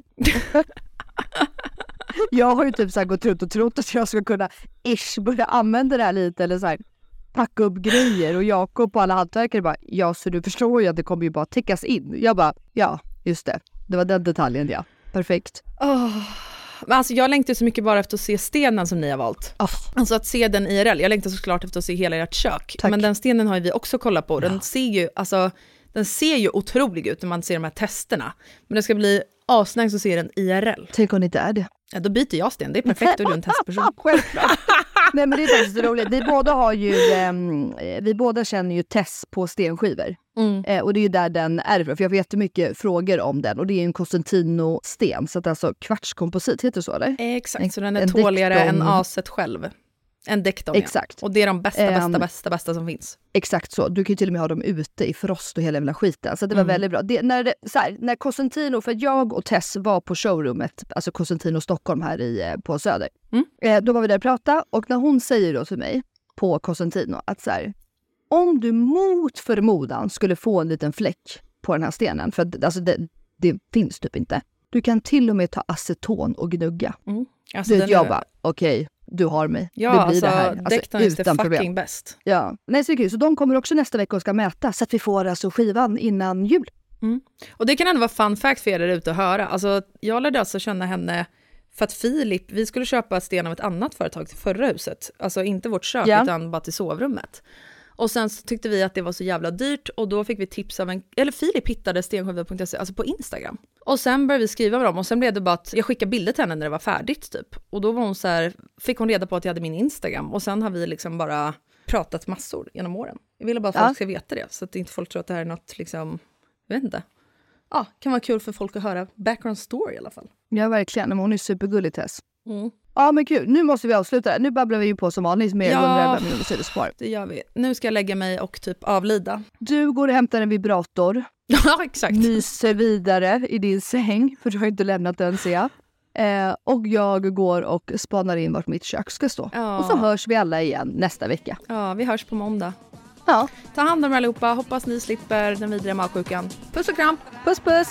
Jag har ju typ så här gått runt och trott att jag ska kunna ish börja använda det här lite, eller så här packa upp grejer, och Jakob och alla hantverkare bara, ja så du förstår ju att det kommer ju bara täckas in. Jag bara, ja just det, det var den detaljen, ja, perfekt. Oh. Men alltså jag längtar så mycket bara efter att se stenen som ni har valt. Oh. Alltså att se den I R L. Jag längtar såklart efter att se hela ert kök. Tack. Men den stenen har ju vi också kollat på. Den ja. ser ju, alltså den ser ju otrolig ut när man ser de här testerna. Men det ska bli asnice att se den I R L. Tänk om det inte är det. Ja, då byter jag sten. Det är perfekt och du är en testperson. Självklart. Nej, men det är faktiskt roligt. Vi båda har ju, eh, vi båda känner ju Tess på stenskivor. Mm. Eh, och det är ju där den är ifrån. För jag får jättemycket frågor om den. Och det är en Cosentino-sten. Så att alltså kvartskomposit, heter det så eller? Exakt, en, så den är en tåligare dekton. än aset själv. En dekton, exakt. Ja. Och det är de bästa, bästa, um, bästa, bästa som finns. Exakt så. Du kan ju till och med ha dem ute i frost och hela jävla skiten. Så det var mm. väldigt bra. Det, när, det, så här, när Cosentino, för jag och Tess var på showroomet, alltså Cosentino Stockholm här i, på Söder. Mm. Eh, då var vi där och pratade, och när hon säger då till mig på Cosentino att så här, om du mot förmodan skulle få en liten fläck på den här stenen, för att, alltså det, det finns typ inte. Du kan till och med ta aceton och gnugga. Mm. Alltså du, den jag är... bara, okej. Okay. Du har mig. Ja, det blir alltså, det här. Alltså, dekton är fucking problem. Bäst. Ja, nej så kul. Så de kommer också nästa vecka och ska mäta, så att vi får alltså skivan innan jul. Mm. Och det kan ändå vara fun fact för er där ute att höra. Alltså, jag lärde alltså känna henne för att Filip, vi skulle köpa sten av ett annat företag till förra huset. Alltså inte vårt kök, ja. utan bara till sovrummet. Och sen så tyckte vi att det var så jävla dyrt, och då fick vi tips av en, eller Filip hittade stenskiva punkt se, alltså på Instagram. Och sen började vi skriva med dem, och sen blev det bara att jag skickade bilder till henne när det var färdigt typ. Och då var hon så här, fick hon reda på att jag hade min Instagram, och sen har vi liksom bara pratat massor genom åren. Jag ville bara att ja. folk ska veta det, så att inte folk tror att det här är något liksom, jag vet inte. Ja, kan vara kul för folk att höra background story i alla fall. Ja, verkligen. Men hon är supergullig, Tess. Mm. Ja, men kul. Nu måste vi avsluta. Nu babblar vi ju på som vanligt med ja, hundra miljoner sidospår. Det gör vi. Nu ska jag lägga mig och typ avlida. Du går och hämtar en vibrator. Ja, exakt. Myser vidare i din säng, för du har inte lämnat den, ser jag. Eh, och jag går och spanar in vart mitt kök ska stå. Ja. Och så hörs vi alla igen nästa vecka. Ja, vi hörs på måndag. Ja. Ta hand om er allihopa. Hoppas ni slipper den vidriga magsjukan. Puss och kram. Puss, puss.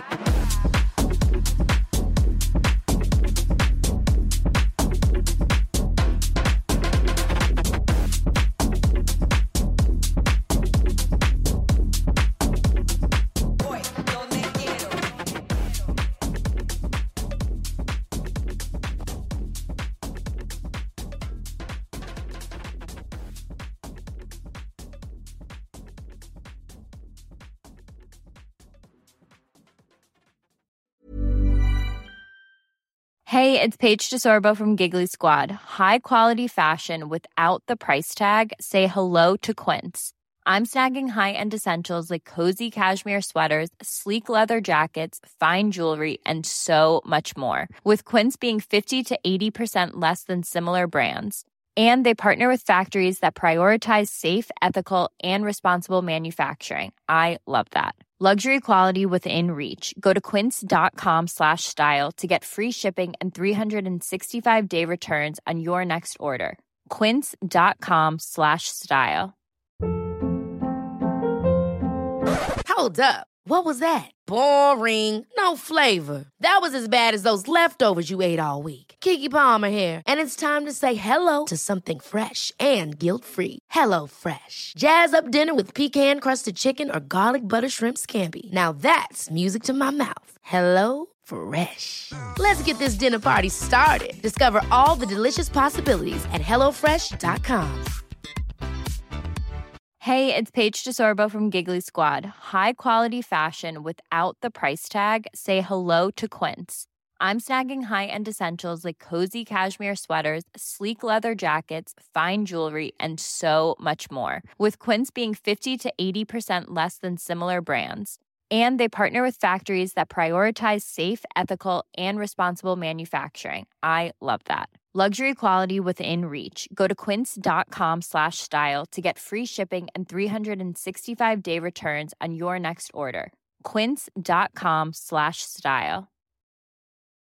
Hey, it's Paige DeSorbo from Giggly Squad. High quality fashion without the price tag. Say hello to Quince. I'm snagging high-end essentials like cozy cashmere sweaters, sleek leather jackets, fine jewelry, and so much more. With Quince being fifty to eighty percent less than similar brands. And they partner with factories that prioritize safe, ethical, and responsible manufacturing. I love that. Luxury quality within reach. Go to quince.com slash style to get free shipping and three sixty-five day returns on your next order. Quince.com slash style. Hold up. What was that? Boring. No flavor. That was as bad as those leftovers you ate all week. Keke Palmer here. And it's time to say hello to something fresh and guilt-free. Hello Fresh. Jazz up dinner with pecan-crusted chicken or garlic butter shrimp scampi. Now that's music to my mouth. Hello Fresh. Let's get this dinner party started. Discover all the delicious possibilities at hello fresh dot com. Hey, it's Paige DeSorbo from Giggly Squad. High quality fashion without the price tag. Say hello to Quince. I'm snagging high-end essentials like cozy cashmere sweaters, sleek leather jackets, fine jewelry, and so much more. With Quince being fifty to eighty percent less than similar brands. And they partner with factories that prioritize safe, ethical, and responsible manufacturing. I love that. Luxury quality within reach. Go to quince.com slash style to get free shipping and three sixty-five day returns on your next order. Quince.com slash style.